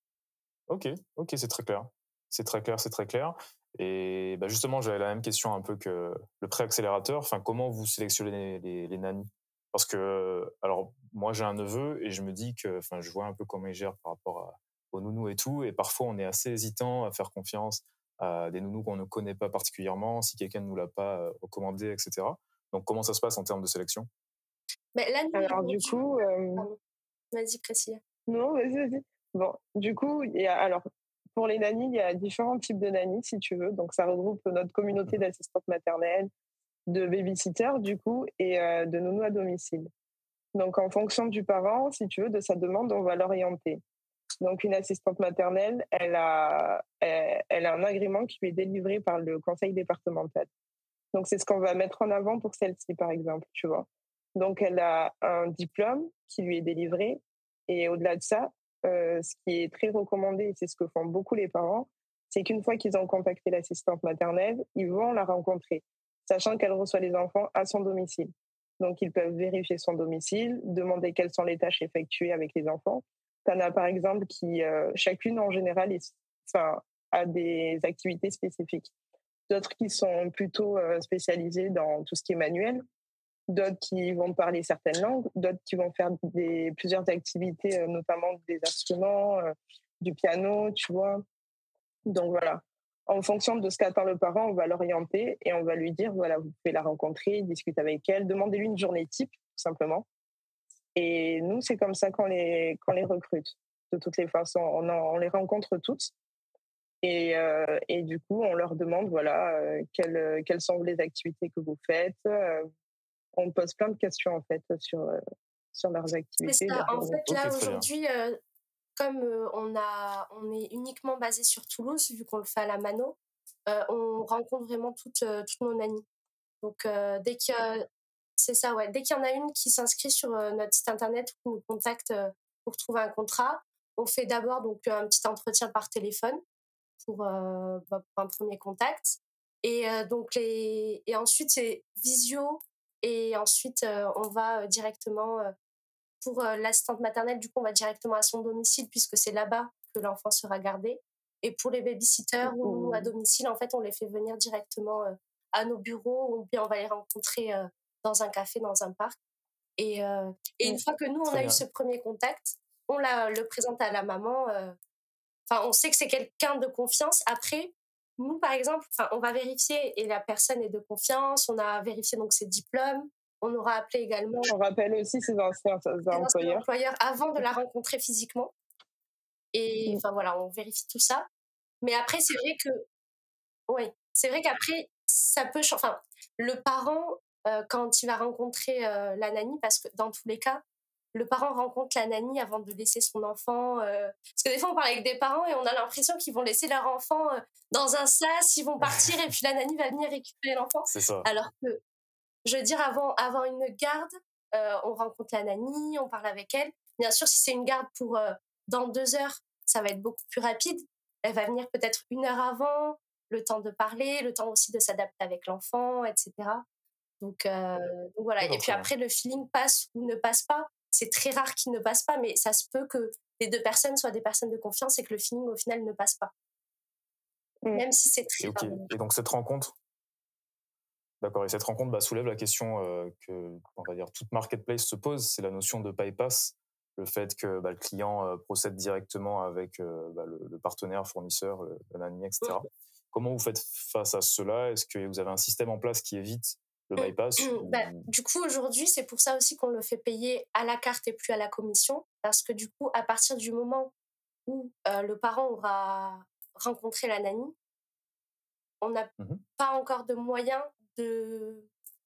Ok, c'est très clair. C'est très clair. Et justement, j'avais la même question un peu que le pré-accélérateur. Enfin, comment vous sélectionnez les nannies? Parce que, alors, moi, j'ai un neveu et je me dis que, je vois un peu comment il gère par rapport aux nounous et tout. Et parfois, on est assez hésitant à faire confiance à des nounous qu'on ne connaît pas particulièrement, si quelqu'un ne nous l'a pas recommandé, etc. Donc, comment ça se passe en termes de sélection? Alors, du coup... Vas-y, Priscilla. Non, vas-y. Bon, du coup, pour les nannies, il y a différents types de nannies, si tu veux. Donc, ça regroupe notre communauté d'assistantes maternelles, de babysitters, du coup, et de nounous à domicile. Donc, en fonction du parent, si tu veux, de sa demande, on va l'orienter. Donc, une assistante maternelle, elle a un agrément qui lui est délivré par le conseil départemental. Donc, c'est ce qu'on va mettre en avant pour celle-ci, par exemple, tu vois. Donc, elle a un diplôme qui lui est délivré. Et au-delà de ça, ce qui est très recommandé, et c'est ce que font beaucoup les parents, c'est qu'une fois qu'ils ont contacté l'assistante maternelle, ils vont la rencontrer, sachant qu'elle reçoit les enfants à son domicile. Donc, ils peuvent vérifier son domicile, demander quelles sont les tâches effectuées avec les enfants. Tu en as, par exemple, qui, chacune, en général, a des activités spécifiques. D'autres qui sont plutôt spécialisées dans tout ce qui est manuel, d'autres qui vont parler certaines langues, d'autres qui vont faire plusieurs activités, notamment des instruments, du piano, tu vois. Donc voilà, en fonction de ce qu'attend le parent, on va l'orienter et on va lui dire, voilà, vous pouvez la rencontrer, discuter avec elle, demandez-lui une journée type, tout simplement. Et nous, c'est comme ça qu'on les recrute. De toutes les façons, on les rencontre toutes. Et du coup, on leur demande, voilà, quelles sont les activités que vous faites. On pose plein de questions, en fait, sur leurs activités. C'est ça. En fait, là, aujourd'hui, comme on est uniquement basé sur Toulouse, vu qu'on le fait à la mano, on rencontre vraiment toutes nos nannies. Donc, dès qu'il y en a une qui s'inscrit sur notre site internet ou nous contacte pour trouver un contrat, on fait d'abord donc un petit entretien par téléphone pour un premier contact. Et ensuite, c'est visio. Et ensuite, on va directement pour l'assistante maternelle, du coup, on va directement à son domicile puisque c'est là-bas que l'enfant sera gardé. Et pour les babysitters ou nous, à domicile, en fait, on les fait venir directement à nos bureaux ou bien on va les rencontrer dans un café, dans un parc. Et une fois que nous, on a eu ce premier contact, on le présente à la maman. Enfin, on sait que c'est quelqu'un de confiance. Après, nous, par exemple, on va vérifier et la personne est de confiance. On a vérifié donc ses diplômes. On aura appelé également. On rappelle aussi ses anciens employeurs avant de la rencontrer physiquement. Et enfin voilà, on vérifie tout ça. Mais après, c'est vrai que, ouais, c'est vrai qu'après, ça peut changer. Enfin, le parent, quand il va rencontrer la nanny, parce que dans tous les cas, le parent rencontre la nanny avant de laisser son enfant. Parce que des fois, on parle avec des parents et on a l'impression qu'ils vont laisser leur enfant dans un sas, ils vont partir et puis la nanny va venir récupérer l'enfant. C'est ça. Alors que, je veux dire, avant une garde, on rencontre la nanny, on parle avec elle. Bien sûr, si c'est une garde pour dans 2 heures, ça va être beaucoup plus rapide. Elle va venir peut-être 1 heure avant, le temps de parler, le temps aussi de s'adapter avec l'enfant, etc. Donc voilà. Et puis après, le feeling passe ou ne passe pas. C'est très rare qu'il ne passe pas, mais ça se peut que les 2 personnes soient des personnes de confiance et que le feeling, au final, ne passe pas. Même si c'est très rare. Et donc, cette rencontre, d'accord, et cette rencontre soulève la question que, on va dire, toute marketplace se pose, c'est la notion de bypass, le fait que le client procède directement avec le partenaire, fournisseur, la nanny, etc. Comment vous faites face à cela? Est-ce que vous avez un système en place qui évite le bypass Du coup, aujourd'hui, c'est pour ça aussi qu'on le fait payer à la carte et plus à la commission, parce que du coup, à partir du moment où le parent aura rencontré la nanny, on n'a pas encore de moyens de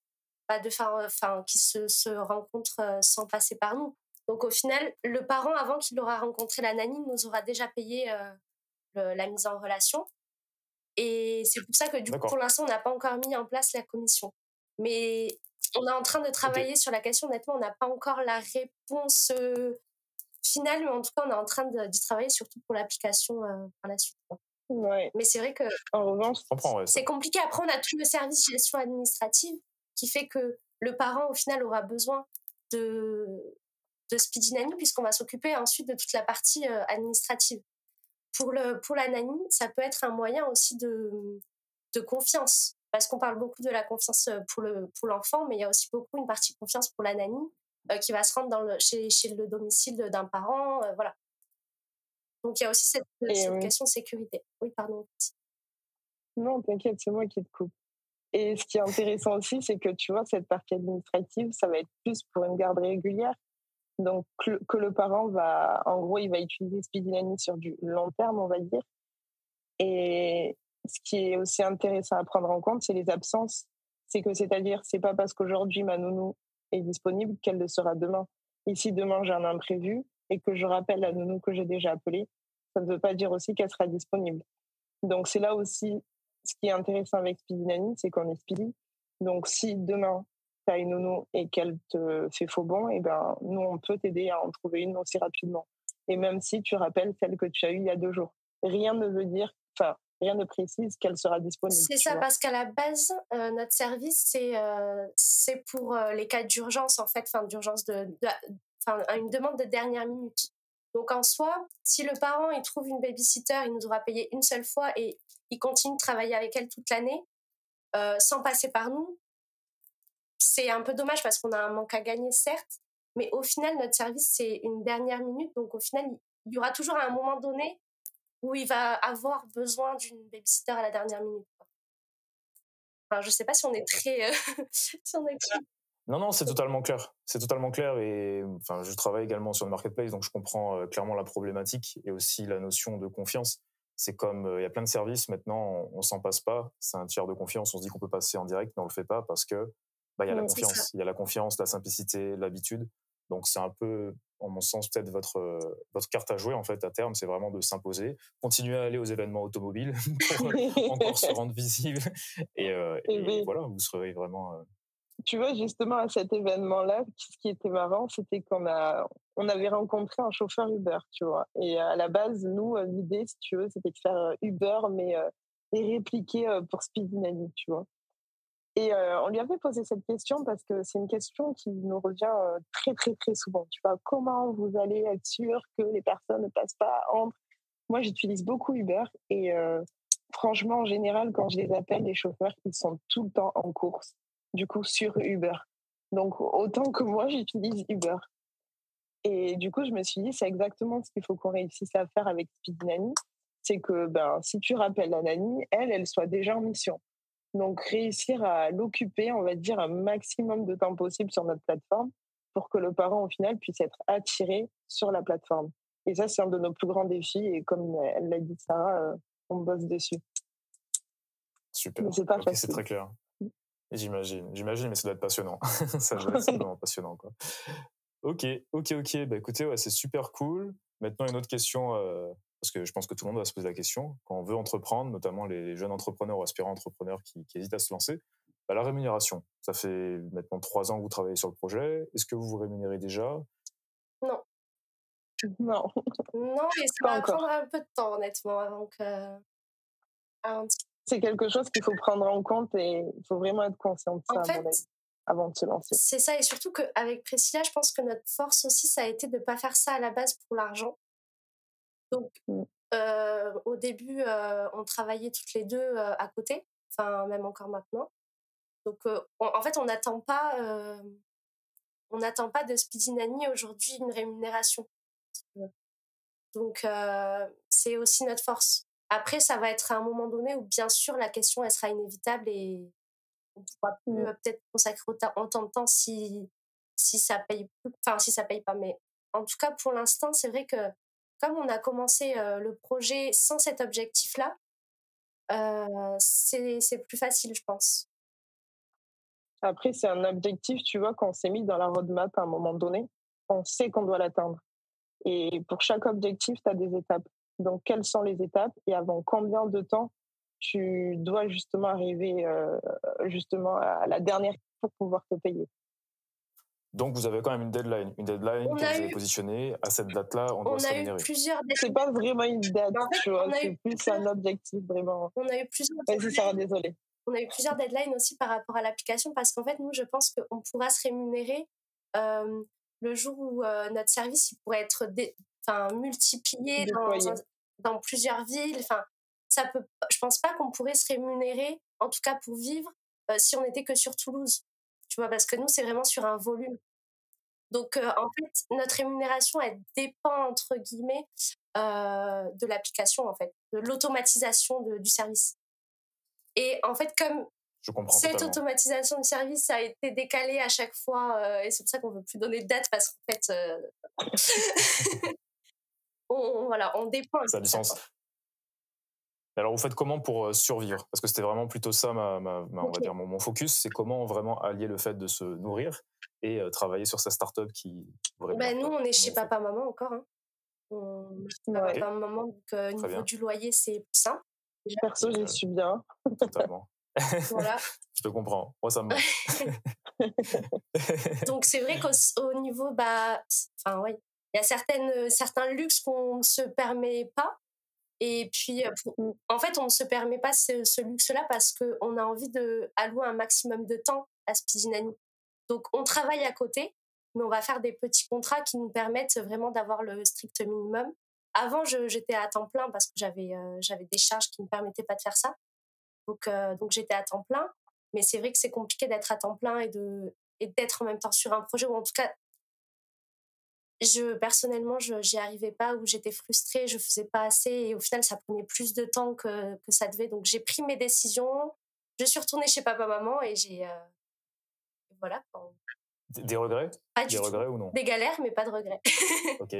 faire, qui se rencontrent sans passer par nous. Donc au final, le parent, avant qu'il aura rencontré la nanny, nous aura déjà payé la mise en relation. Et c'est pour ça que du coup, pour l'instant, on n'a pas encore mis en place la commission. Mais on est en train de travailler sur la question. Honnêtement, on n'a pas encore la réponse finale, mais en tout cas, on est en train d'y travailler, surtout pour l'application par la suite. Ouais. Mais c'est vrai que en revanche, c'est compliqué. Après, on a tout le service gestion administrative qui fait que le parent, au final, aura besoin de Speedy Nanny puisqu'on va s'occuper ensuite de toute la partie administrative. Pour la nanny, ça peut être un moyen aussi de confiance, parce qu'on parle beaucoup de la confiance pour l'enfant, mais il y a aussi beaucoup une partie confiance pour la nanny qui va se rendre chez le domicile d'un parent, voilà. Donc il y a aussi cette question de sécurité. Oui, pardon. Non, t'inquiète, c'est moi qui te coupe. Et ce qui est intéressant aussi, c'est que tu vois, cette partie administrative, ça va être plus pour une garde régulière. Donc, que le parent va, en gros, il va utiliser Speedy Nanny sur du long terme, on va dire. Et ce qui est aussi intéressant à prendre en compte, c'est les absences. C'est-à-dire, c'est pas parce qu'aujourd'hui ma nounou est disponible qu'elle le sera demain. Et si demain j'ai un imprévu et que je rappelle la nounou que j'ai déjà appelée, ça ne veut pas dire aussi qu'elle sera disponible. Donc, c'est là aussi ce qui est intéressant avec Speedy Nanny, c'est qu'on est Speedy. Donc, si demain tu as une nounou et qu'elle te fait faux bon, et ben, nous, on peut t'aider à en trouver une aussi rapidement. Et même si tu rappelles celle que tu as eue il y a 2 jours. Rien ne précise qu'elle sera disponible. C'est ça, parce qu'à la base, notre service, c'est pour les cas d'urgence, en fait, d'urgence une demande de dernière minute. Donc en soi, si le parent il trouve une babysitter, il nous aura payé une seule fois et il continue de travailler avec elle toute l'année sans passer par nous. C'est un peu dommage parce qu'on a un manque à gagner, certes, mais au final, notre service, c'est une dernière minute. Donc au final, il y aura toujours à un moment donné où il va avoir besoin d'une babysitter à la dernière minute. Enfin, je ne sais pas si on est très... si on est... Non, c'est totalement clair. C'est totalement clair. Et je travaille également sur le marketplace, donc je comprends clairement la problématique et aussi la notion de confiance. C'est comme il y a plein de services maintenant, on s'en passe pas. C'est un tiers de confiance. On se dit qu'on peut passer en direct, mais on le fait pas parce que il y a la confiance. Il y a la confiance, la simplicité, l'habitude. Donc c'est un peu, en mon sens, peut-être votre carte à jouer en fait à terme, c'est vraiment de s'imposer, continuer à aller aux événements automobiles pour encore se rendre visible. Et voilà, vous serez vraiment. Tu vois, justement, à cet événement-là, ce qui était marrant, c'était qu'on avait rencontré un chauffeur Uber, tu vois. Et à la base, nous, l'idée, si tu veux, c'était de faire Uber, mais et répliquer pour Speedy Nanny, tu vois. Et on lui avait posé cette question parce que c'est une question qui nous revient très, très, très souvent. Tu vois, comment vous allez être sûr que les personnes ne passent pas entre... Moi, j'utilise beaucoup Uber et franchement, en général, quand je les appelle, les chauffeurs, ils sont tout le temps en course, du coup, sur Uber. Donc, autant que moi, j'utilise Uber. Et du coup, je me suis dit, c'est exactement ce qu'il faut qu'on réussisse à faire avec Speedy Nanny. C'est que si tu rappelles la nanny, elle soit déjà en mission. Donc, réussir à l'occuper, on va dire, un maximum de temps possible sur notre plateforme pour que le parent, au final, puisse être attiré sur la plateforme. Et ça, c'est un de nos plus grands défis. Et comme elle l'a dit, Sarah, on bosse dessus. Super. Mais c'est pas facile. C'est très clair. Et j'imagine, mais ça doit être passionnant. Ça doit être vraiment passionnant, quoi. Ok. Bah, écoutez, ouais, c'est super cool. Maintenant, une autre question, parce que je pense que tout le monde va se poser la question. Quand on veut entreprendre, notamment les jeunes entrepreneurs ou aspirants entrepreneurs qui hésitent à se lancer, bah, la rémunération. Ça fait maintenant 3 ans que vous travaillez sur le projet. Est-ce que vous vous rémunérez déjà? Non. Non. Non, et ça va prendre un peu de temps, honnêtement, avant que... C'est quelque chose qu'il faut prendre en compte et il faut vraiment être conscient de ça, en fait, à mon avis, avant de se lancer. C'est ça, et surtout qu'avec Priscilla, je pense que notre force aussi, ça a été de ne pas faire ça à la base pour l'argent. Donc, au début, on travaillait toutes les deux à côté, enfin, même encore maintenant. Donc, en fait, on n'attend pas de Speedy Nanny aujourd'hui une rémunération. Donc, c'est aussi notre force. Après, ça va être à un moment donné où, bien sûr, la question, elle sera inévitable et on ne pourra plus peut-être consacrer autant de temps si ça paye plus, enfin, si ça paye pas. Mais en tout cas, pour l'instant, c'est vrai que comme on a commencé le projet sans cet objectif-là, c'est plus facile, je pense. Après, c'est un objectif, tu vois, qu'on s'est mis dans la roadmap à un moment donné. On sait qu'on doit l'atteindre. Et pour chaque objectif, tu as des étapes. Donc, quelles sont les étapes et avant combien de temps tu dois justement arriver justement à la dernière pour pouvoir te payer. Donc, vous avez quand même une deadline que vous avez positionnée. À cette date-là, on doit se rémunérer. On a eu plusieurs deadlines. C'est pas vraiment une date, tu vois, c'est plus un objectif, vraiment. On a eu plusieurs Vas-y, Sarah, désolée. On a eu plusieurs deadlines aussi par rapport à l'application parce qu'en fait, nous, je pense qu'on pourra se rémunérer le jour où notre service il pourrait être multiplié dans plusieurs villes. Enfin, je pense pas qu'on pourrait se rémunérer, en tout cas pour vivre, si on n'était que sur Toulouse. Tu vois, parce que nous, c'est vraiment sur un volume. Donc, en fait, notre rémunération, elle dépend, entre guillemets, de l'application, en fait, de l'automatisation du service. Et en fait, comme cette automatisation du service a été décalée à chaque fois, et c'est pour ça qu'on ne veut plus donner de date, parce qu'en fait, on dépend. Ça a du sens. Alors, vous faites comment pour survivre? Parce que c'était vraiment plutôt ça, on va dire, mon focus, c'est comment vraiment allier le fait de se nourrir et travailler sur sa start-up qui... nous, on est chez papa-maman encore. Hein. Papa-maman, donc au niveau du loyer, c'est plus simple. Perso, j'y suis bien. Totalement. Voilà. Je te comprends. Moi, ça me manque. Donc, c'est vrai qu'au niveau... il y a certains luxes qu'on ne se permet pas. Et puis, en fait, on ne se permet pas ce luxe-là parce qu'on a envie d'allouer un maximum de temps à Speedy Nanny. Donc, on travaille à côté, mais on va faire des petits contrats qui nous permettent vraiment d'avoir le strict minimum. Avant, j'étais à temps plein parce que j'avais des charges qui ne me permettaient pas de faire ça. Donc j'étais à temps plein. Mais c'est vrai que c'est compliqué d'être à temps plein et d'être en même temps sur un projet, ou en tout cas, personnellement, j'y arrivais pas, ou j'étais frustrée, je faisais pas assez, et au final, ça prenait plus de temps que ça devait. Donc, j'ai pris mes décisions, je suis retournée chez papa-maman et voilà. Des regrets? Pas du tout. Regrets ou non? Des galères, mais pas de regrets. Ok.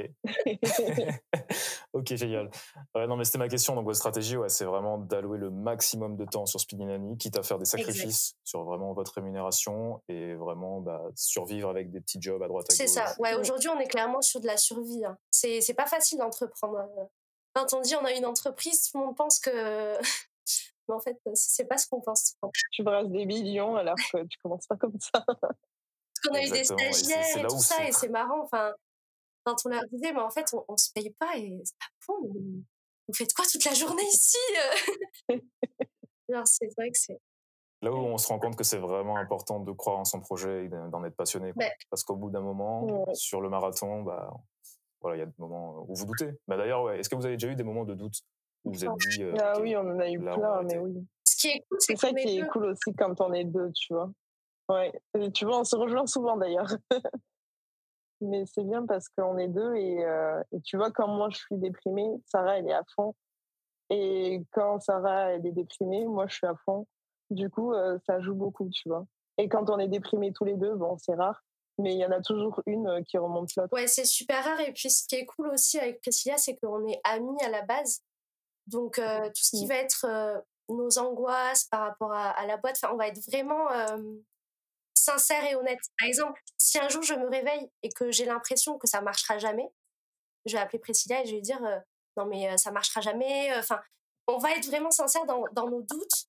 Ok, génial. Non, mais c'était ma question. Donc, votre stratégie, c'est vraiment d'allouer le maximum de temps sur Speedy Nanny, quitte à faire des sacrifices sur vraiment votre rémunération et vraiment survivre avec des petits jobs à droite à gauche. C'est ça. Ouais, aujourd'hui, on est clairement sur de la survie. Hein. C'est pas facile d'entreprendre. Quand on dit on a une entreprise, tout le monde pense que... mais en fait, c'est pas ce qu'on pense. Tu brasses des millions alors que tu commences pas comme ça. Parce qu'on a eu des stagiaires et tout ça, et c'est marrant. Enfin, quand on leur disait, mais en fait, on se paye pas, et bon, vous faites quoi toute la journée ici? Alors, c'est vrai que c'est... là où on se rend compte que c'est vraiment important de croire en son projet et d'en être passionné, quoi. Parce qu'au bout d'un moment, sur le marathon, voilà, il y a des moments où vous doutez. D'ailleurs, ouais, est-ce que vous avez déjà eu des moments de doute où vous êtes dit Ah oui, on en a eu plein, mais oui. Ce qui est cool, c'est ça qui est cool aussi quand on est deux, tu vois. Ouais, et tu vois, on se rejoint souvent d'ailleurs. Mais c'est bien parce qu'on est deux et tu vois, quand moi je suis déprimée, Sarah elle est à fond. Et quand Sarah elle est déprimée, moi je suis à fond. Du coup, ça joue beaucoup, tu vois. Et quand on est déprimés tous les deux, bon, c'est rare, mais il y en a toujours une qui remonte l'autre. Ouais, c'est super rare. Et puis ce qui est cool aussi avec Priscilla, c'est qu'on est amis à la base. Donc tout ce qui va être nos angoisses par rapport à la boîte, on va être vraiment sincère et honnête. Par exemple, si un jour je me réveille et que j'ai l'impression que ça marchera jamais, je vais appeler Priscilla et je vais lui dire non mais ça marchera jamais. Enfin, on va être vraiment sincère dans nos doutes.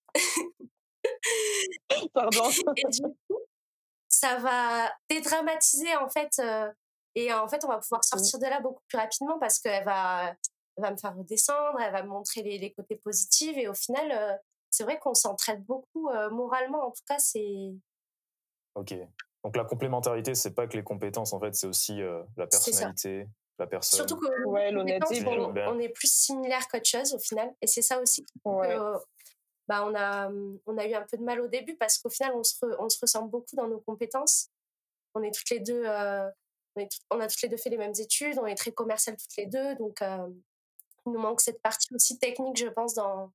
Pardon. Et du coup, ça va dédramatiser en fait. Et en fait, on va pouvoir sortir de là beaucoup plus rapidement parce qu'elle va me faire redescendre, elle va me montrer les côtés positifs. Et au final, c'est vrai qu'on s'entraide beaucoup moralement. En tout cas, c'est... Ok. Donc la complémentarité, c'est pas que les compétences, en fait, c'est aussi la personnalité, la personne. Surtout que l'honnêteté, on est plus similaires qu'autre chose au final. Et c'est ça aussi que, on a eu un peu de mal au début parce qu'au final, on se ressemble beaucoup dans nos compétences. On est toutes les deux, on a toutes les deux fait les mêmes études, on est très commerciales toutes les deux, donc il nous manque cette partie aussi technique, je pense, dans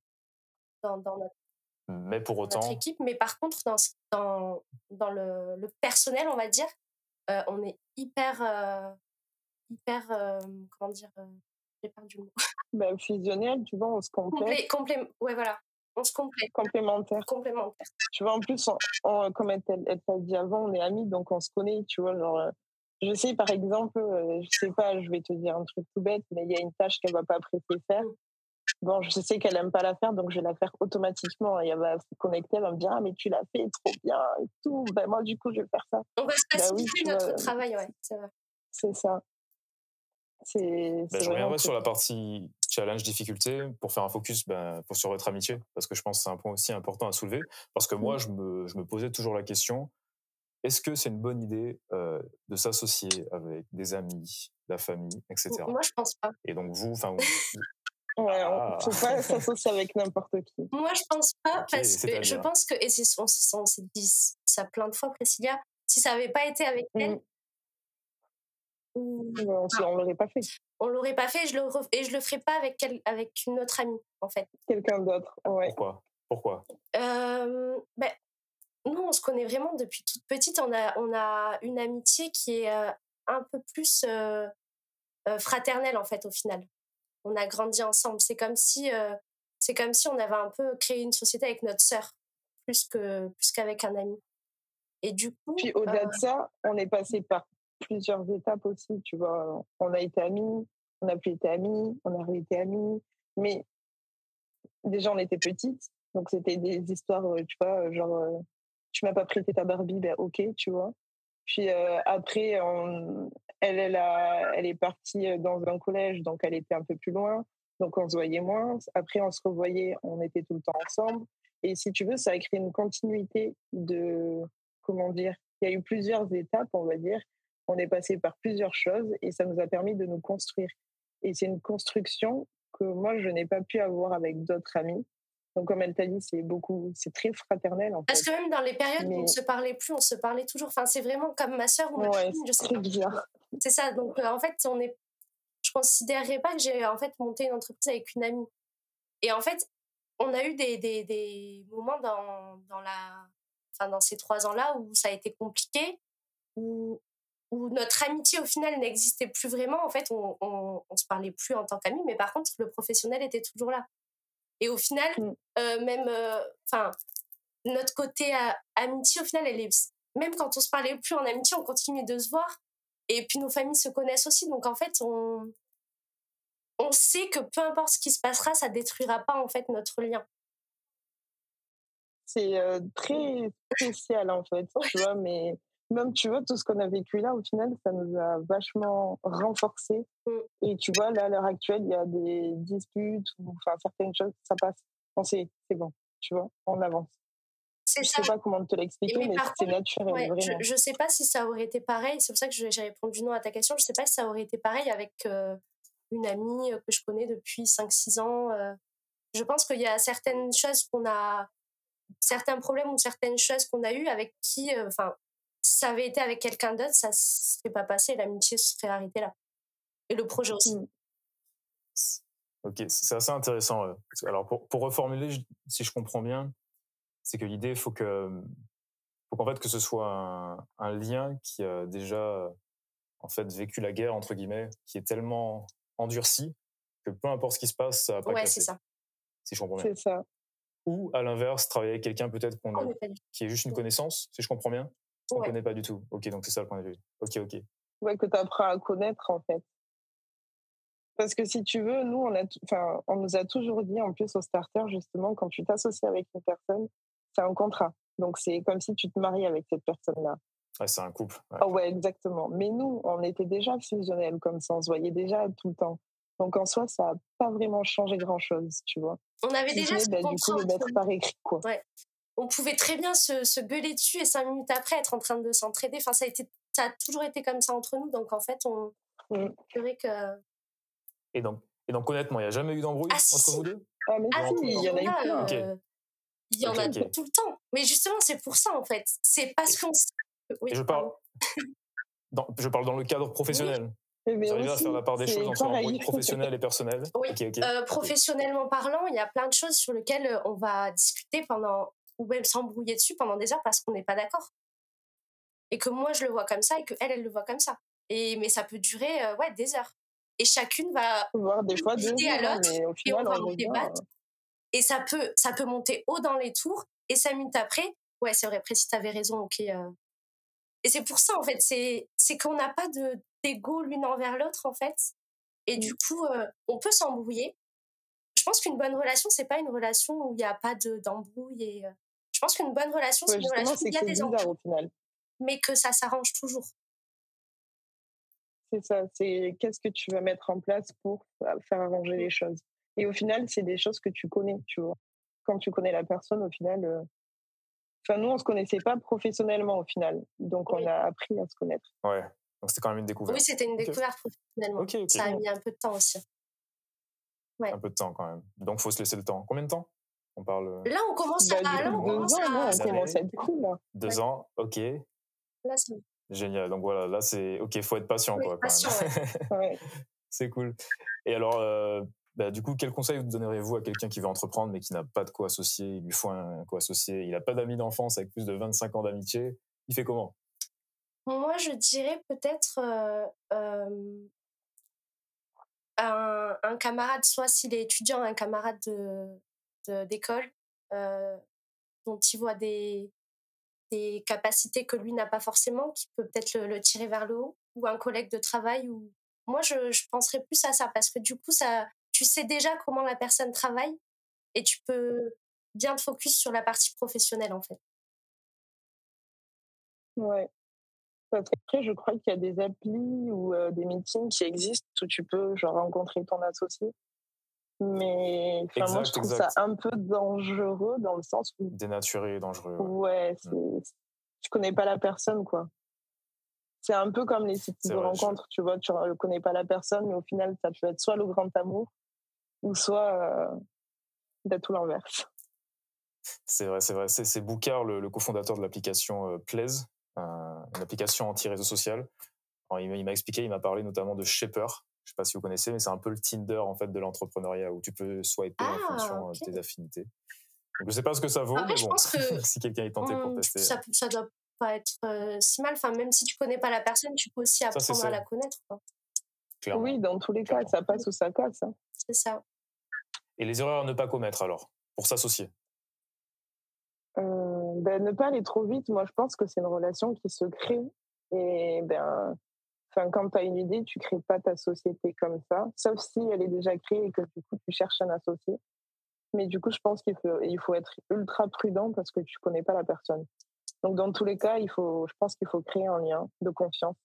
Mais pour autant, notre équipe. Mais par contre, dans le personnel, on va dire, on est hyper, comment dire, j'ai perdu le mot. Fusionnel, tu vois, on se complète. Ouais, voilà. On se complète. Complémentaire. Tu vois, en plus, comme elle t'a dit avant, on est amis, donc on se connaît, tu vois. Genre, je sais, par exemple, je sais pas, je vais te dire un truc tout bête, mais il y a une tâche qu'elle va pas apprécier faire. Bon, je sais qu'elle aime pas la faire, donc je vais la faire automatiquement. Et elle va se connecter, elle va me dire, ah, mais tu l'as fait trop bien et tout. Moi, du coup, je vais faire ça. On va se faciliter notre travail, ouais, c'est vrai. C'est ça. Je reviendrai sur la partie challenge, difficulté, pour faire un focus sur votre amitié, parce que je pense que c'est un point aussi important à soulever, parce que moi, je me posais toujours la question, est-ce que c'est une bonne idée de s'associer avec des amis, la famille, etc. Moi, je pense pas. Et donc vous... Ouais, faut pas s'associer avec n'importe qui. Moi, je pense pas, parce que je pense que, et on s'est dit ça plein de fois, Priscilla, si ça avait pas été avec elle, on l'aurait pas fait. On l'aurait pas fait, et je le ferai pas avec une autre amie, en fait. Quelqu'un d'autre, ouais. Pourquoi nous, on se connaît vraiment depuis toute petite. On a une amitié qui est un peu plus fraternelle, en fait, au final. On a grandi ensemble. C'est comme si on avait un peu créé une société avec notre sœur, plus qu'avec un ami. Et du coup... Puis au-delà de ça, on est passé par plusieurs étapes aussi, tu vois. On a été amis, on n'a plus été amis, on a réété amis. Mais déjà, on était petites, donc c'était des histoires, tu vois, genre, tu m'as pas prêté ta Barbie, ok, tu vois. Puis après, elle est partie dans un collège, donc elle était un peu plus loin, donc on se voyait moins. Après, on se revoyait, on était tout le temps ensemble. Et si tu veux, ça a créé une continuité de, comment dire, il y a eu plusieurs étapes, on va dire. On est passé par plusieurs choses et ça nous a permis de nous construire. Et c'est une construction que moi, je n'ai pas pu avoir avec d'autres amis. Donc, comme elle t'a dit, c'est très fraternel, en fait. Parce que même dans les périodes où on ne se parlait plus, on se parlait toujours. Enfin, c'est vraiment comme ma sœur ou ma cousine, je sais pas. Bizarre. C'est ça. Donc, en fait, je considérerais pas que j'ai, en fait, monté une entreprise avec une amie. Et en fait, on a eu des moments dans ces 3 ans-là où ça a été compliqué, où notre amitié, au final, n'existait plus vraiment. En fait, on se parlait plus en tant qu'amis, mais par contre, le professionnel était toujours là. Et au final, notre côté amitié, au final, même quand on se parlait plus en amitié, on continuait de se voir. Et puis nos familles se connaissent aussi. Donc en fait, on sait que peu importe ce qui se passera, ça détruira pas en fait notre lien. C'est très spécial en fait, tu vois, mais même tu vois, tout ce qu'on a vécu là, au final, ça nous a vachement renforcés. Et tu vois, là, à l'heure actuelle, il y a des disputes ou certaines choses, ça passe. On sait, c'est bon, tu vois, on avance. Je sais pas comment te l'expliquer, mais par c'est contre, naturel, vraiment. je sais pas si ça aurait été pareil. C'est pour ça que j'ai répondu non à ta question. Je sais pas si ça aurait été pareil avec une amie que je connais depuis 5-6 ans. Je pense qu'il y a certaines choses certains problèmes ou certaines choses qu'on a eues avec qui, si ça avait été avec quelqu'un d'autre, ça serait pas passé. L'amitié se serait arrêtée là. Et le projet aussi. Ok, c'est assez intéressant. Alors, pour reformuler, si je comprends bien, c'est que l'idée, faut qu'en fait, que ce soit un lien qui a déjà en fait vécu la guerre, entre guillemets, qui est tellement endurci que peu importe ce qui se passe, ça va pas Ouais, casser. c'est ça. Si je comprends bien. C'est ça. Ou à l'inverse, travailler avec quelqu'un peut-être qui est juste une connaissance, si je comprends bien, qu'on ne connaît pas du tout. Ok, donc c'est ça le point de vue. Ok. Ouais, que tu apprends à connaître, en fait. Parce que si tu veux, nous, on nous a toujours dit, en plus au starter, justement, quand tu t'associes avec une personne, c'est un contrat. Donc, c'est comme si tu te maries avec cette personne-là. Ouais, c'est un couple. Ouais, exactement. Mais nous, on était déjà fusionnels comme ça, on se voyait déjà tout le temps. Donc, en soi, ça n'a pas vraiment changé grand-chose, tu vois. On avait déjà ce du coup, le mettre par écrit, quoi. Ouais. On pouvait très bien se gueuler dessus et 5 minutes après être en train de s'entraider. Enfin, ça a toujours été comme ça entre nous. Donc, en fait, c'est vrai que... Et donc honnêtement, il n'y a jamais eu d'embrouille entre vous deux? Ah, mais si, il y en a eu plein. Il y en a tout le temps. Mais justement, c'est pour ça, en fait. C'est parce qu'on... Oui, et je parle dans le cadre professionnel. Vous arrivez à faire la part des choses entre l'embrouille professionnelle et personnelle? Oui. Professionnellement parlant, il y a plein de choses sur lesquelles on va discuter ou même s'embrouiller dessus pendant des heures parce qu'on n'est pas d'accord. Et que moi, je le vois comme ça et qu'elle, elle le voit comme ça. Mais ça peut durer des heures. Et chacune va voir des fois 2 jours, à l'autre mais au final, et on va en débattre. Et ça peut monter haut dans les tours. Et 5 minutes après, ouais, c'est vrai, Précis, t'avais raison, ok. Et c'est pour ça, en fait, c'est qu'on n'a pas d'ego l'une envers l'autre, en fait. Et du coup, on peut s'embrouiller. Je pense qu'une bonne relation, c'est pas une relation où il n'y a pas d'embrouille. Je pense qu'une bonne relation, c'est une relation où il y a des embrouilles, au final. Mais que ça s'arrange toujours. C'est ça, c'est qu'est-ce que tu vas mettre en place pour faire arranger les choses. Et au final, c'est des choses que tu connais, tu vois. Quand tu connais la personne, au final... nous, on ne se connaissait pas professionnellement, au final. Donc, on a appris à se connaître. Ouais, donc c'était quand même une découverte. Oui, c'était une découverte professionnellement. Ça a mis un peu de temps aussi. Ouais. Un peu de temps, quand même. Donc, il faut se laisser le temps. Combien de temps on parle? Là, on commence à... 2 ans, être cool, là. 2 ans, ok. Là, c'est... Génial. Donc voilà, là c'est ok, faut être patient, quoi. Patient, ouais. C'est cool. Et alors, du coup, quel conseil vous donneriez-vous à quelqu'un qui veut entreprendre mais qui n'a pas de co-associé? Il lui faut un co-associé. Il n'a pas d'amis d'enfance avec plus de 25 ans d'amitié. Il fait comment? Moi, je dirais peut-être un camarade, soit s'il est étudiant, un camarade d'école dont il voit des capacités que lui n'a pas forcément, qui peut peut-être le tirer vers le haut, ou un collègue de travail. Moi, je penserais plus à ça, parce que du coup, tu sais déjà comment la personne travaille et tu peux bien te focus sur la partie professionnelle, en fait. Ouais. Après, je crois qu'il y a des applis ou des meetings qui existent où tu peux rencontrer ton associé. Mais moi, je trouve ça un peu dangereux dans le sens où... Dénaturé, dangereux. Ouais, tu connais pas la personne, quoi. C'est un peu comme les sites de rencontres, tu vois, tu ne connais pas la personne, mais au final, ça peut être soit le grand amour, ou soit tout l'inverse. C'est vrai. C'est Boucard, le cofondateur de l'application Plaise, une application anti-réseau social. Alors, il m'a expliqué, il m'a parlé notamment de Shaper. Je ne sais pas si vous connaissez, mais c'est un peu le Tinder en fait de l'entrepreneuriat où tu peux swiper en fonction de tes affinités. Donc, je ne sais pas ce que ça vaut, mais bon, si quelqu'un est tenté pour tester. Ça doit pas être si mal. Enfin, même si tu connais pas la personne, tu peux aussi apprendre à la connaître, quoi. Oui, dans tous les cas, ça passe ou ça casse. Hein. C'est ça. Et les erreurs à ne pas commettre alors, pour s'associer? Ne pas aller trop vite. Moi, je pense que c'est une relation qui se crée. Et quand tu as une idée, tu ne crées pas ta société comme ça, sauf si elle est déjà créée et que du coup, tu cherches un associé. Mais du coup, je pense qu'il faut être ultra prudent parce que tu ne connais pas la personne. Donc, dans tous les cas, je pense qu'il faut créer un lien de confiance.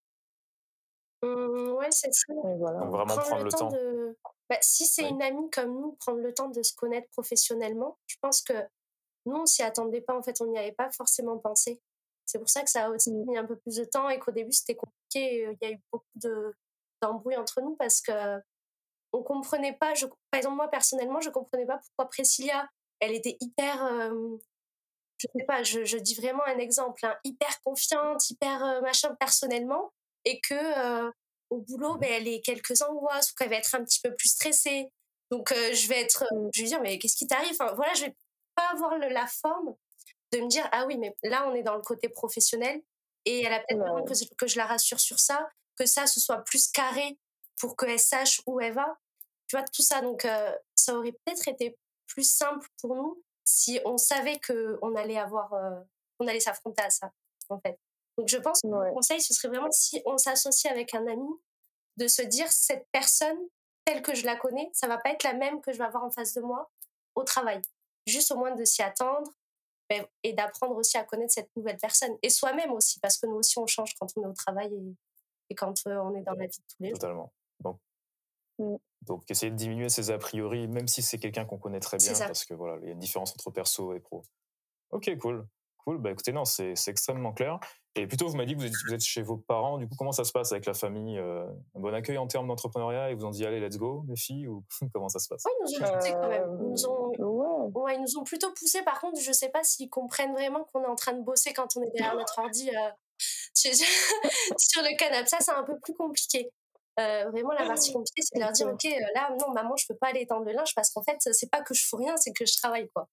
Ouais, c'est ça. Voilà. Donc, vraiment prendre le temps. Si c'est une amie comme nous, prendre le temps de se connaître professionnellement, je pense que nous, on s'y attendait pas, en fait, on n'y avait pas forcément pensé. C'est pour ça que ça a aussi mis un peu plus de temps et qu'au début, c'était compliqué. Il y a eu beaucoup d'embrouilles entre nous parce que on comprenait pas. Par exemple, moi, personnellement, je comprenais pas pourquoi Priscilla, elle était hyper, je sais pas, je dis vraiment un exemple, hein, hyper confiante, hyper machin personnellement, et que au boulot, ben, elle ait quelques angoisses ou qu'elle va être un petit peu plus stressée. Donc, je vais lui dire, mais qu'est-ce qui t'arrive? Enfin, voilà, je vais pas avoir la forme de me dire, ah oui, mais là, on est dans le côté professionnel et elle a peut-être besoin que je la rassure sur ça, que ça, ce soit plus carré pour qu'elle sache où elle va. Tu vois, tout ça. Donc, ça aurait peut-être été plus simple pour nous si on savait qu'on allait on allait s'affronter à ça, en fait. Donc, je pense que mon conseil, ce serait vraiment si on s'associe avec un ami, de se dire, cette personne, telle que je la connais, ça va pas être la même que je vais avoir en face de moi au travail. Juste au moins de s'y attendre et d'apprendre aussi à connaître cette nouvelle personne. Et soi-même aussi, parce que nous aussi, on change quand on est au travail et quand on est dans la vie de tous les jours. Totalement. Donc, essayer de diminuer ses a priori, même si c'est quelqu'un qu'on connaît très bien, parce que voilà, il y a une différence entre perso et pro. Ok, cool. Bah écoutez, non, c'est extrêmement clair. Et plutôt, vous m'avez dit que vous êtes chez vos parents. Du coup, comment ça se passe avec la famille? Un bon accueil en termes d'entrepreneuriat? Ils vous ont dit, allez, let's go, les filles? Ou comment ça se passe? Oui, ils nous ont poussé quand même. Ils nous ont plutôt poussé. Par contre, je sais pas s'ils comprennent vraiment qu'on est en train de bosser quand on est derrière notre ordi sur le canapé. Ça, c'est un peu plus compliqué. Vraiment, la partie compliquée, c'est de leur dire, ok, là, non, maman, je peux pas aller étendre le linge parce qu'en fait, c'est pas que je fous rien, c'est que je travaille, quoi.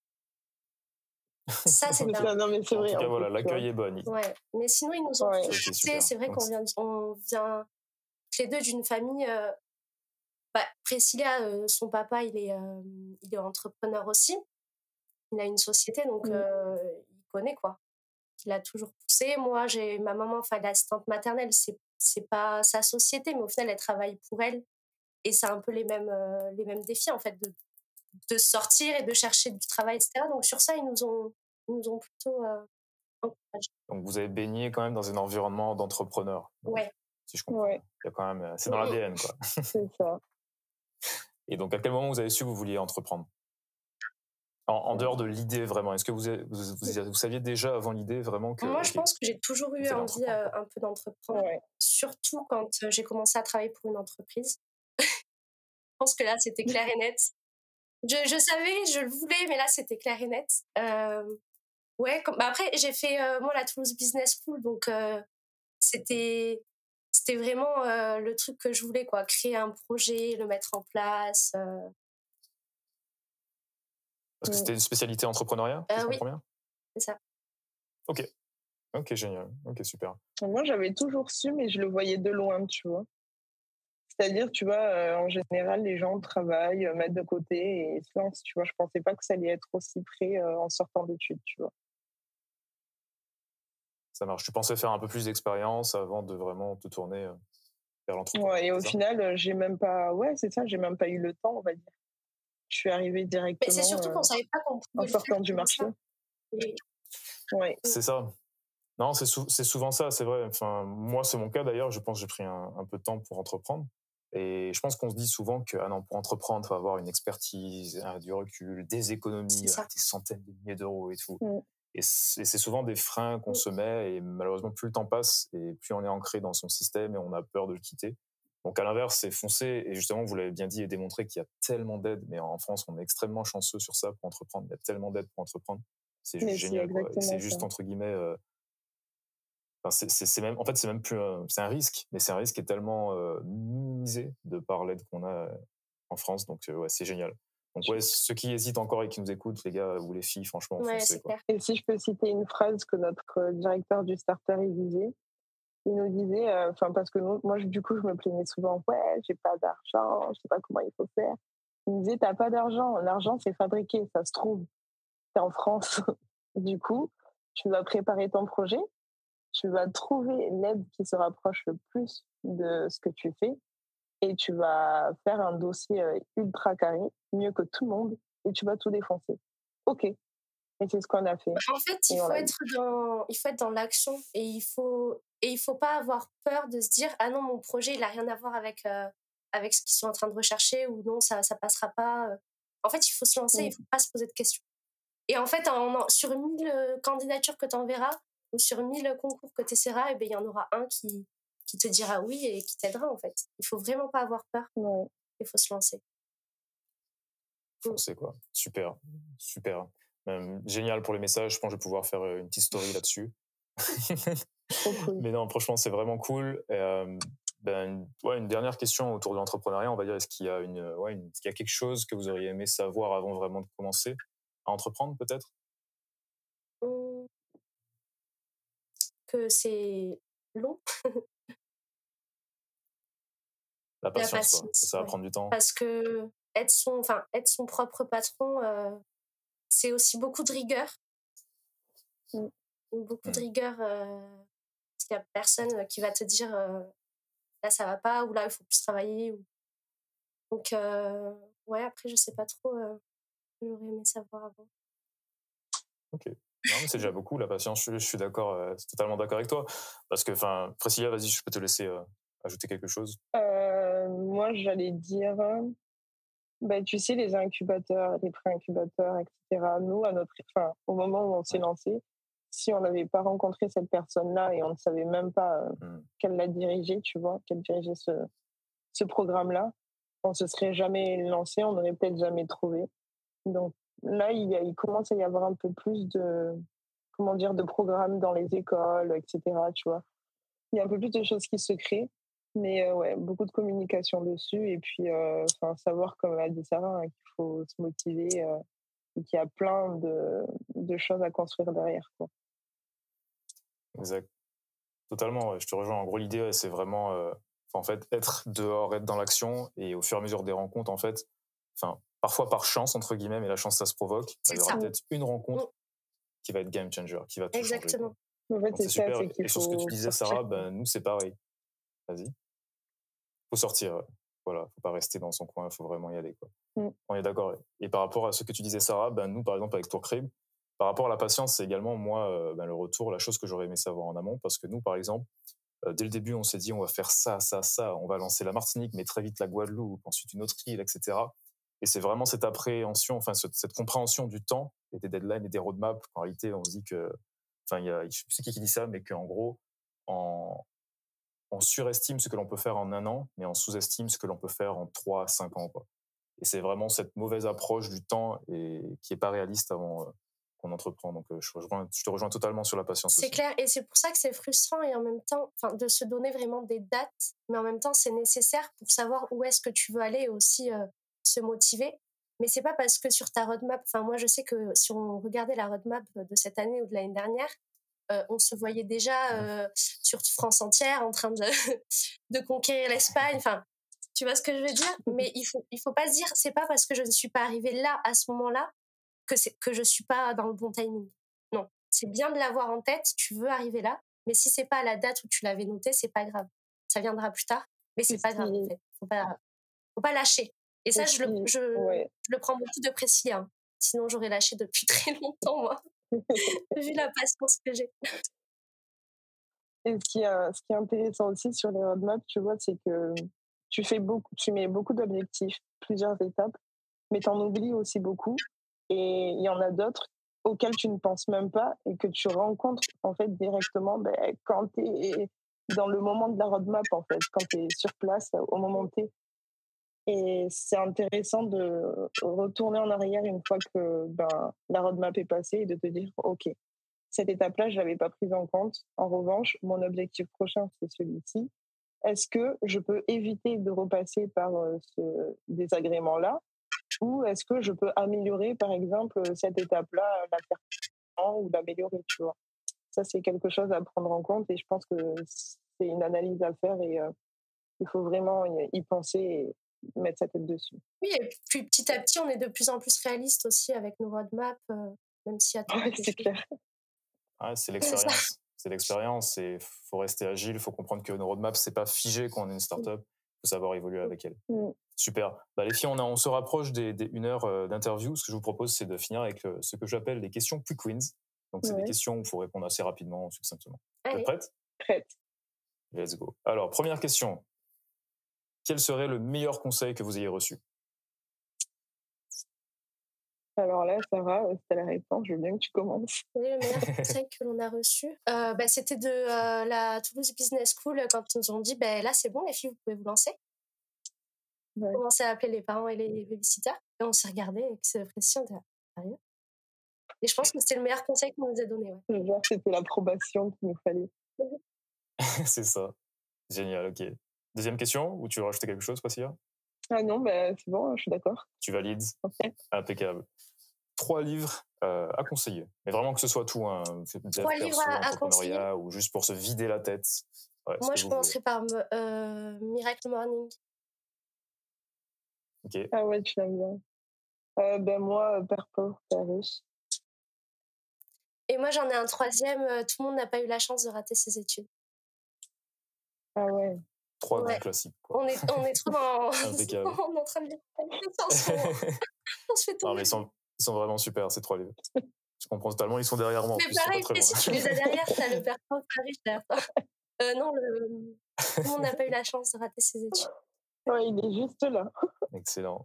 Ça, c'est bien. Non, mais c'est vrai. En tout cas, voilà, l'accueil est bon. Ouais. Mais sinon, ils nous ont poussé. C'est vrai qu'on vient tous les deux d'une famille. Priscilla, son papa, il est entrepreneur aussi. Il a une société, donc il connaît, quoi. Il a toujours poussé. Moi, j'ai ma maman, enfin, l'assistante maternelle, c'est pas sa société, mais au final, elle travaille pour elle. Et c'est un peu les mêmes défis, en fait, de sortir et de chercher du travail, etc. Donc, sur ça, ils nous ont plutôt encouragés. Donc, vous avez baigné quand même dans un environnement d'entrepreneur. Ouais. Si je comprends. Il y a quand même, c'est dans l'ADN, quoi. C'est ça. Et donc, à quel moment vous avez su que vous vouliez entreprendre? En dehors de l'idée, vraiment, est-ce que vous saviez déjà avant l'idée vraiment que... Moi, je pense que j'ai toujours eu envie un peu d'entreprendre, surtout quand j'ai commencé à travailler pour une entreprise. Je pense que là, c'était clair et net. Je savais, je le voulais, mais là, c'était clair et net. Après, j'ai fait, moi, la Toulouse Business School, donc c'était vraiment le truc que je voulais, quoi. Créer un projet, le mettre en place. Parce que c'était une spécialité entrepreneuriat, si je comprends bien? C'est ça. Ok, génial. Ok, super. Moi, j'avais toujours su, mais je le voyais de loin, tu vois. C'est-à-dire, tu vois, en général, les gens travaillent, mettent de côté et se lancent, tu vois. Je pensais pas que ça allait être aussi près en sortant d'études, tu vois. Ça marche. Tu pensais faire un peu plus d'expérience avant de vraiment te tourner vers l'entrepreneuriat. Ouais, et au final, j'ai même pas... Ouais, c'est ça, j'ai même pas eu le temps, on va dire. Je suis arrivée directement Mais c'est surtout qu'on savait pas qu'on pouvait en sortant du marché. C'est ça. Non, c'est souvent ça, c'est vrai. Enfin, moi, c'est mon cas d'ailleurs. Je pense que j'ai pris un peu de temps pour entreprendre. Et je pense qu'on se dit souvent que non, pour entreprendre, il faut avoir une expertise, du recul, des économies, des centaines de milliers d'euros et tout. Et c'est souvent des freins qu'on se met. Et malheureusement, plus le temps passe et plus on est ancré dans son système et on a peur de le quitter. Donc à l'inverse, c'est foncer. Et justement, vous l'avez bien dit et démontré qu'il y a tellement d'aides. Mais en France, on est extrêmement chanceux sur ça pour entreprendre. Il y a tellement d'aides pour entreprendre. C'est juste génial. C'est juste, entre guillemets... Enfin, c'est même, en fait, c'est même plus, c'est un risque, mais c'est un risque qui est tellement minimisé de par l'aide qu'on a en France. Donc, ouais, c'est génial. Donc, ouais, ceux qui hésitent encore et qui nous écoutent, les gars ou les filles, franchement, foncez, quoi. Et si je peux citer une phrase que notre directeur du starter il disait, il nous disait, parce que moi, du coup, je me plaignais souvent, ouais, j'ai pas d'argent, je sais pas comment il faut faire. Il me disait, t'as pas d'argent, l'argent c'est fabriqué, ça se trouve, t'es en France. Du coup, tu vas préparer ton projet. Tu vas trouver l'aide qui se rapproche le plus de ce que tu fais et tu vas faire un dossier ultra carré, mieux que tout le monde, et tu vas tout défoncer. Ok. Et c'est ce qu'on a fait. En fait, il faut être dans l'action et il faut pas avoir peur de se dire ah non, mon projet il a rien à voir avec ce qu'ils sont en train de rechercher ou non ça passera pas. En fait, il faut se lancer, il faut pas se poser de questions. Et en fait, sur 1000 candidatures que tu enverras, ou sur 1000 concours que tu essaieras, il y en aura un qui te dira oui et qui t'aidera, en fait. Il faut vraiment pas avoir peur. Ouais. Il faut se lancer. Foncer, quoi. Super. Génial pour les messages. Je pense que je vais pouvoir faire une petite story là-dessus. Trop cool. Mais non, franchement, c'est vraiment cool. Une dernière question autour de l'entrepreneuriat, on va dire, est-ce qu'il y a est-ce qu'il y a quelque chose que vous auriez aimé savoir avant vraiment de commencer à entreprendre, peut-être? Que c'est long. La patience, quoi. Et ça va ouais. prendre du temps. Parce que être son propre patron, c'est aussi beaucoup de rigueur. Beaucoup de rigueur, parce qu'il n'y a personne qui va te dire là ça va pas, ou là il faut plus travailler. Donc, ouais, après je sais pas trop, j'aurais aimé savoir avant. Ok. Non, mais c'est déjà beaucoup, la patience. Je suis d'accord, totalement d'accord avec toi. Parce que, Priscilla, vas-y, je peux te laisser ajouter quelque chose. Moi, j'allais dire, tu sais, les incubateurs, les pré-incubateurs, etc. Nous, au moment où on s'est lancé, si on n'avait pas rencontré cette personne-là et on ne savait même pas qu'elle l'a dirigé, tu vois, qu'elle dirigeait ce programme-là, on se serait jamais lancé, on n'aurait peut-être jamais trouvé. Donc là, il commence à y avoir un peu plus de programmes dans les écoles, etc. Tu vois, il y a un peu plus de choses qui se créent, mais ouais, beaucoup de communication dessus, et puis savoir, comme l'a dit Sarah, qu'il faut se motiver et qu'il y a plein de choses à construire derrière, quoi. Exact. Totalement, ouais, je te rejoins. En gros, l'idée, ouais, c'est vraiment en fait, être dehors, être dans l'action, et au fur et à mesure des rencontres, en fait, parfois par chance, entre guillemets, mais la chance, ça se provoque, il y aura peut-être une rencontre qui va être game changer, qui va tout changer. Exactement. En fait, c'est super. c'est qu'il et sur ce que tu disais, sortir, Sarah, nous, c'est pareil. Vas-y. Faut sortir. Voilà, faut pas rester dans son coin, il faut vraiment y aller, quoi. On est d'accord. Et par rapport à ce que tu disais, Sarah, nous, par exemple, avec Tourcrib, par rapport à la patience, c'est également, moi, le retour, la chose que j'aurais aimé savoir en amont, parce que nous, par exemple, dès le début, on s'est dit, on va faire ça, ça, ça, on va lancer la Martinique, mais très vite la Guadeloupe, ensuite une autre île, etc. Et c'est vraiment cette appréhension, cette compréhension du temps, et des deadlines et des roadmaps, qu'en réalité, on se dit que, je sais pas qui dit ça, mais qu'en gros, on surestime ce que l'on peut faire en 1 an, mais on sous-estime ce que l'on peut faire en 3 à 5 ans, quoi. Et c'est vraiment cette mauvaise approche du temps et qui est pas réaliste avant qu'on entreprend. Donc, je te rejoins totalement sur la patience aussi. C'est clair, et c'est pour ça que c'est frustrant, et en même temps, de se donner vraiment des dates, mais en même temps, c'est nécessaire pour savoir où est-ce que tu veux aller, et aussi se motiver. Mais c'est pas parce que sur ta roadmap, moi je sais que si on regardait la roadmap de cette année ou de l'année dernière, on se voyait déjà sur France entière en train de conquérir l'Espagne. Tu vois ce que je veux dire? Mais il faut pas se dire, c'est pas parce que je ne suis pas arrivée là à ce moment-là que je suis pas dans le bon timing. Non, c'est bien de l'avoir en tête, tu veux arriver là, mais si c'est pas à la date où tu l'avais noté, c'est pas grave. Ça viendra plus tard, mais c'est pas grave, en fait. Faut pas lâcher. Et ça, je le prends beaucoup de Priscilla, hein. Sinon, j'aurais lâché depuis très longtemps, moi, vu la patience que j'ai. Et ce qui est intéressant aussi sur les roadmaps, tu vois, c'est que tu mets beaucoup d'objectifs, plusieurs étapes, mais tu en oublies aussi beaucoup. Et il y en a d'autres auxquels tu ne penses même pas et que tu rencontres en fait directement quand tu es dans le moment de la roadmap, en fait, quand tu es sur place au moment T. Et c'est intéressant de retourner en arrière une fois que la roadmap est passée et de te dire, OK, cette étape-là, je ne l'avais pas prise en compte. En revanche, mon objectif prochain, c'est celui-ci. Est-ce que je peux éviter de repasser par ce désagrément-là, ou est-ce que je peux améliorer, par exemple, cette étape-là, la faire ou l'améliorer, tu vois? Ça, c'est quelque chose à prendre en compte, et je pense que c'est une analyse à faire, et il faut vraiment y penser et mettre sa tête dessus. Oui, et puis petit à petit, on est de plus en plus réaliste aussi avec nos roadmaps, même s'il y a toujours Ouais, c'est clair. Ouais, c'est l'expérience. C'est l'expérience, et faut rester agile, il faut comprendre que nos roadmaps, c'est pas figé quand on est une startup, faut savoir évoluer avec elle. Super. Les filles, on se rapproche des 1 heure d'interview. Ce que je vous propose, c'est de finir avec ce que j'appelle les questions plus queens. Donc, c'est des questions où il faut répondre assez rapidement, succinctement. Vous êtes prête? Prête. Let's go. Alors, première question. Quel serait le meilleur conseil que vous ayez reçu? Alors là, Sarah, c'est la réponse. Je veux bien que tu commences. Oui, le meilleur conseil que l'on a reçu, c'était de la Toulouse Business School quand ils nous ont dit là, c'est bon, les filles, vous pouvez vous lancer. Ouais. On a commencé à appeler les parents et les babysitters. Et on s'est regardés avec ce précision de sérieux. Et je pense que c'était le meilleur conseil qu'on nous a donné. Ouais. Genre, c'était l'approbation qu'il nous fallait. C'est ça. Génial, ok. Deuxième question, ou tu veux rajouter quelque chose, Priscilla? Ah non, c'est bon, je suis d'accord. Tu valides? Okay. Impeccable. 3 livres à conseiller. Mais vraiment que ce soit tout, hein. 3 livres à conseiller. Ou juste pour se vider la tête. Ouais, moi, je commencerai par Miracle Morning. Ok. Ah ouais, tu l'aimes bien. Moi, Père pauvre, Père riche. Et moi, j'en ai un troisième. Tout le monde n'a pas eu la chance de rater ses études. Ah ouais. 3 grands classiques. Quoi. On est trop dans... Impeccable. On est en train de lire on se fait tout. Non, mais ils sont vraiment super, ces 3 livres. Je comprends totalement, ils sont derrière moi. Mais pareil, si tu les as derrière, t'as le Père pauvre, Père riche derrière toi. Non, tout le monde n'a pas eu la chance de rater ses études. Ouais, il est juste là. Excellent.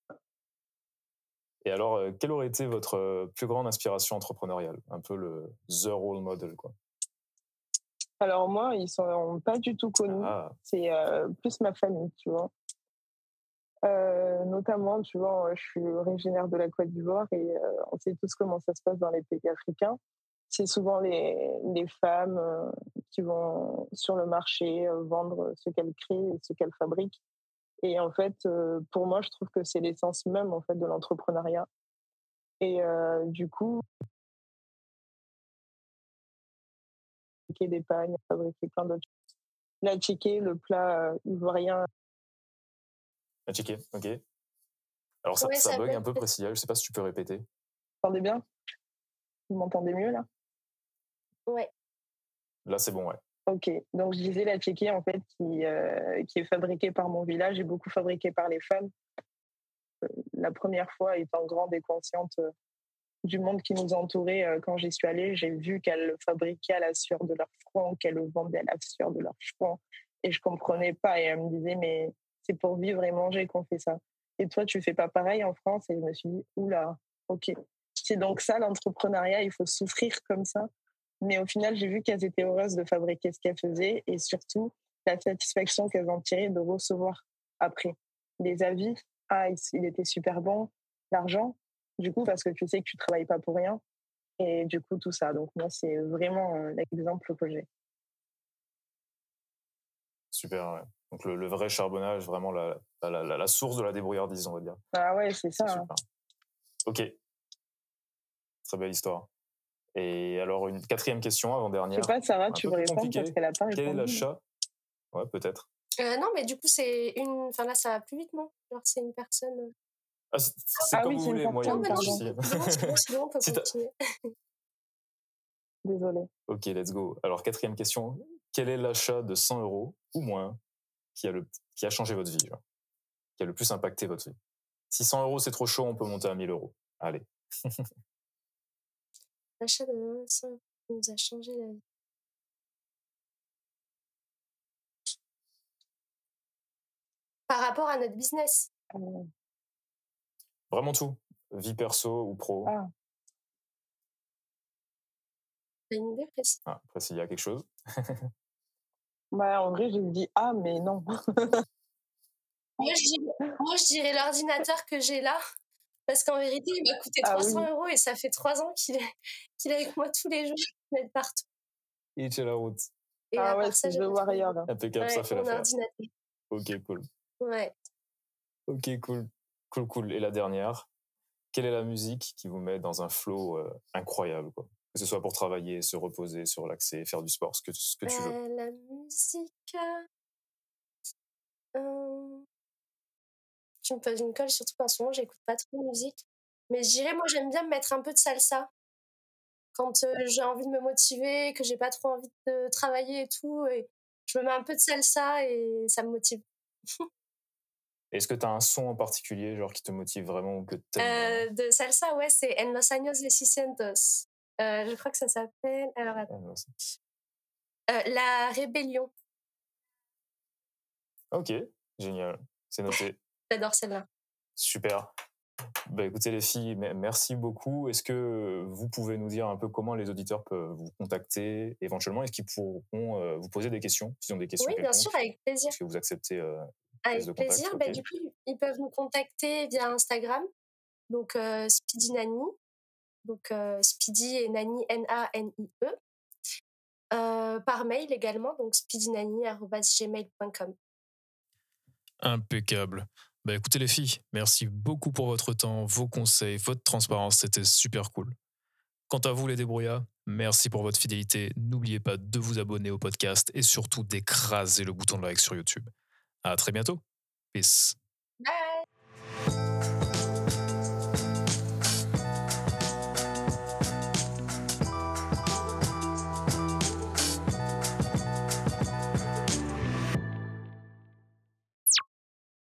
Et alors, quelle aurait été votre plus grande inspiration entrepreneuriale? Un peu le The Role Model, quoi. Alors moi, ils sont pas du tout connus. Ah. C'est plus ma famille, tu vois. Notamment, tu vois, je suis originaire de la Côte d'Ivoire et on sait tous comment ça se passe dans les pays africains. C'est souvent les femmes qui vont sur le marché vendre ce qu'elles créent et ce qu'elles fabriquent. Et en fait, pour moi, je trouve que c'est l'essence même en fait de l'entrepreneuriat. Et du coup, fabriquer des pagnes, fabriquer plein d'autres choses. La chiquée, le plat ivoirien. La chiquée, ok. Alors ça bug un peu, Priscilla. Je sais pas si tu peux répéter. Vous m'entendez bien? Vous m'entendez mieux là? Ouais. Là, c'est bon, ouais. Ok, donc je disais la chiquée en fait qui est fabriquée par mon village et beaucoup fabriquée par les femmes. La première fois, étant grande et consciente du monde qui nous entourait, quand j'y suis allée, j'ai vu qu'elles le fabriquaient à la sueur de leur front, qu'elles le vendaient à la sueur de leur front, et je comprenais pas. Et elles me disaient mais c'est pour vivre et manger qu'on fait ça. Et toi, tu fais pas pareil en France? Et je me suis dit oula, ok. C'est donc ça l'entrepreneuriat, il faut souffrir comme ça. Mais au final, j'ai vu qu'elles étaient heureuses de fabriquer ce qu'elles faisaient et surtout la satisfaction qu'elles en tiraient de recevoir après les avis. Ah, il était super bon, l'argent, du coup, parce que tu sais que tu travailles pas pour rien. Et du coup, tout ça. Donc, moi, c'est vraiment l'exemple que j'ai. Super, ouais. Donc, le vrai charbonnage, vraiment la source de la débrouillardise, on va dire. Ah ouais, c'est ça. Super. Ok. Très belle histoire. Et alors, une 4e question avant-dernière. Je sais pas, Sarah, tu veux répondre parce qu'elle a pas répondu. Quel est l'achat? Ouais, peut-être. Non, mais du coup, c'est une... Enfin là, ça va plus vite, non? Genre, c'est une personne... c'est comme vous voulez. Moi, il y a non, c'est bon, on peut continuer. Désolée. Ok, let's go. Alors, 4e question. Quel est l'achat de 100 € ou moins qui a changé votre vie, genre, qui a le plus impacté votre vie? Si 100 € c'est trop chaud, on peut monter à 1000 €. Allez. L'achat de 100 € nous a changé la vie. Par rapport à notre business. Vraiment tout. Vie perso ou pro. Ah. T'as une idée précise? Après, s'il y a quelque chose. En vrai, j'ai dit ah, mais non. Moi, je dirais l'ordinateur que j'ai là. Parce qu'en vérité, il m'a coûté 300 € et ça fait 3 ans qu'il est avec moi tous les jours. Il m'aide partout. Il tient la route. Et ouais, c'est The Warrior. Impeccable, ça fait l'affaire. Ordinateur. Ok, cool. Ouais. Ok, cool. Cool. Et la dernière, quelle est la musique qui vous met dans un flow incroyable, quoi? Que ce soit pour travailler, se reposer, se relaxer, faire du sport, ce que tu veux. La musique... Tu me poses une colle, surtout qu'en ce moment, j'écoute pas trop de musique. Mais je dirais, moi, j'aime bien me mettre un peu de salsa. Quand j'ai envie de me motiver, que j'ai pas trop envie de travailler et tout, et je me mets un peu de salsa et ça me motive. Est-ce que tu as un son en particulier, genre qui te motive vraiment ou que t'aimes de salsa, ouais, c'est En los años de 600. Je crois que ça s'appelle... Alors, attends. La Rébellion. Ok, génial. C'est noté. J'adore celle-là. Super. Bah, écoutez les filles, merci beaucoup. Est-ce que vous pouvez nous dire un peu comment les auditeurs peuvent vous contacter éventuellement? Est-ce qu'ils pourront vous poser des questions, s'ils ont des questions Oui, bien sûr, quelconques? avec plaisir. Est-ce que vous acceptez prise Avec de plaisir. contact? Bah, Ok. du coup, ils peuvent nous contacter via Instagram, donc Speedy Nanny, donc Speedy et Nanny, Nanie. Par mail également, donc speedynanny@gmail.com. Impeccable. Bah écoutez les filles, merci beaucoup pour votre temps, vos conseils, votre transparence, c'était super cool. Quant à vous les débrouillards, merci pour votre fidélité. N'oubliez pas de vous abonner au podcast et surtout d'écraser le bouton de like sur YouTube. À très bientôt. Peace. Bye!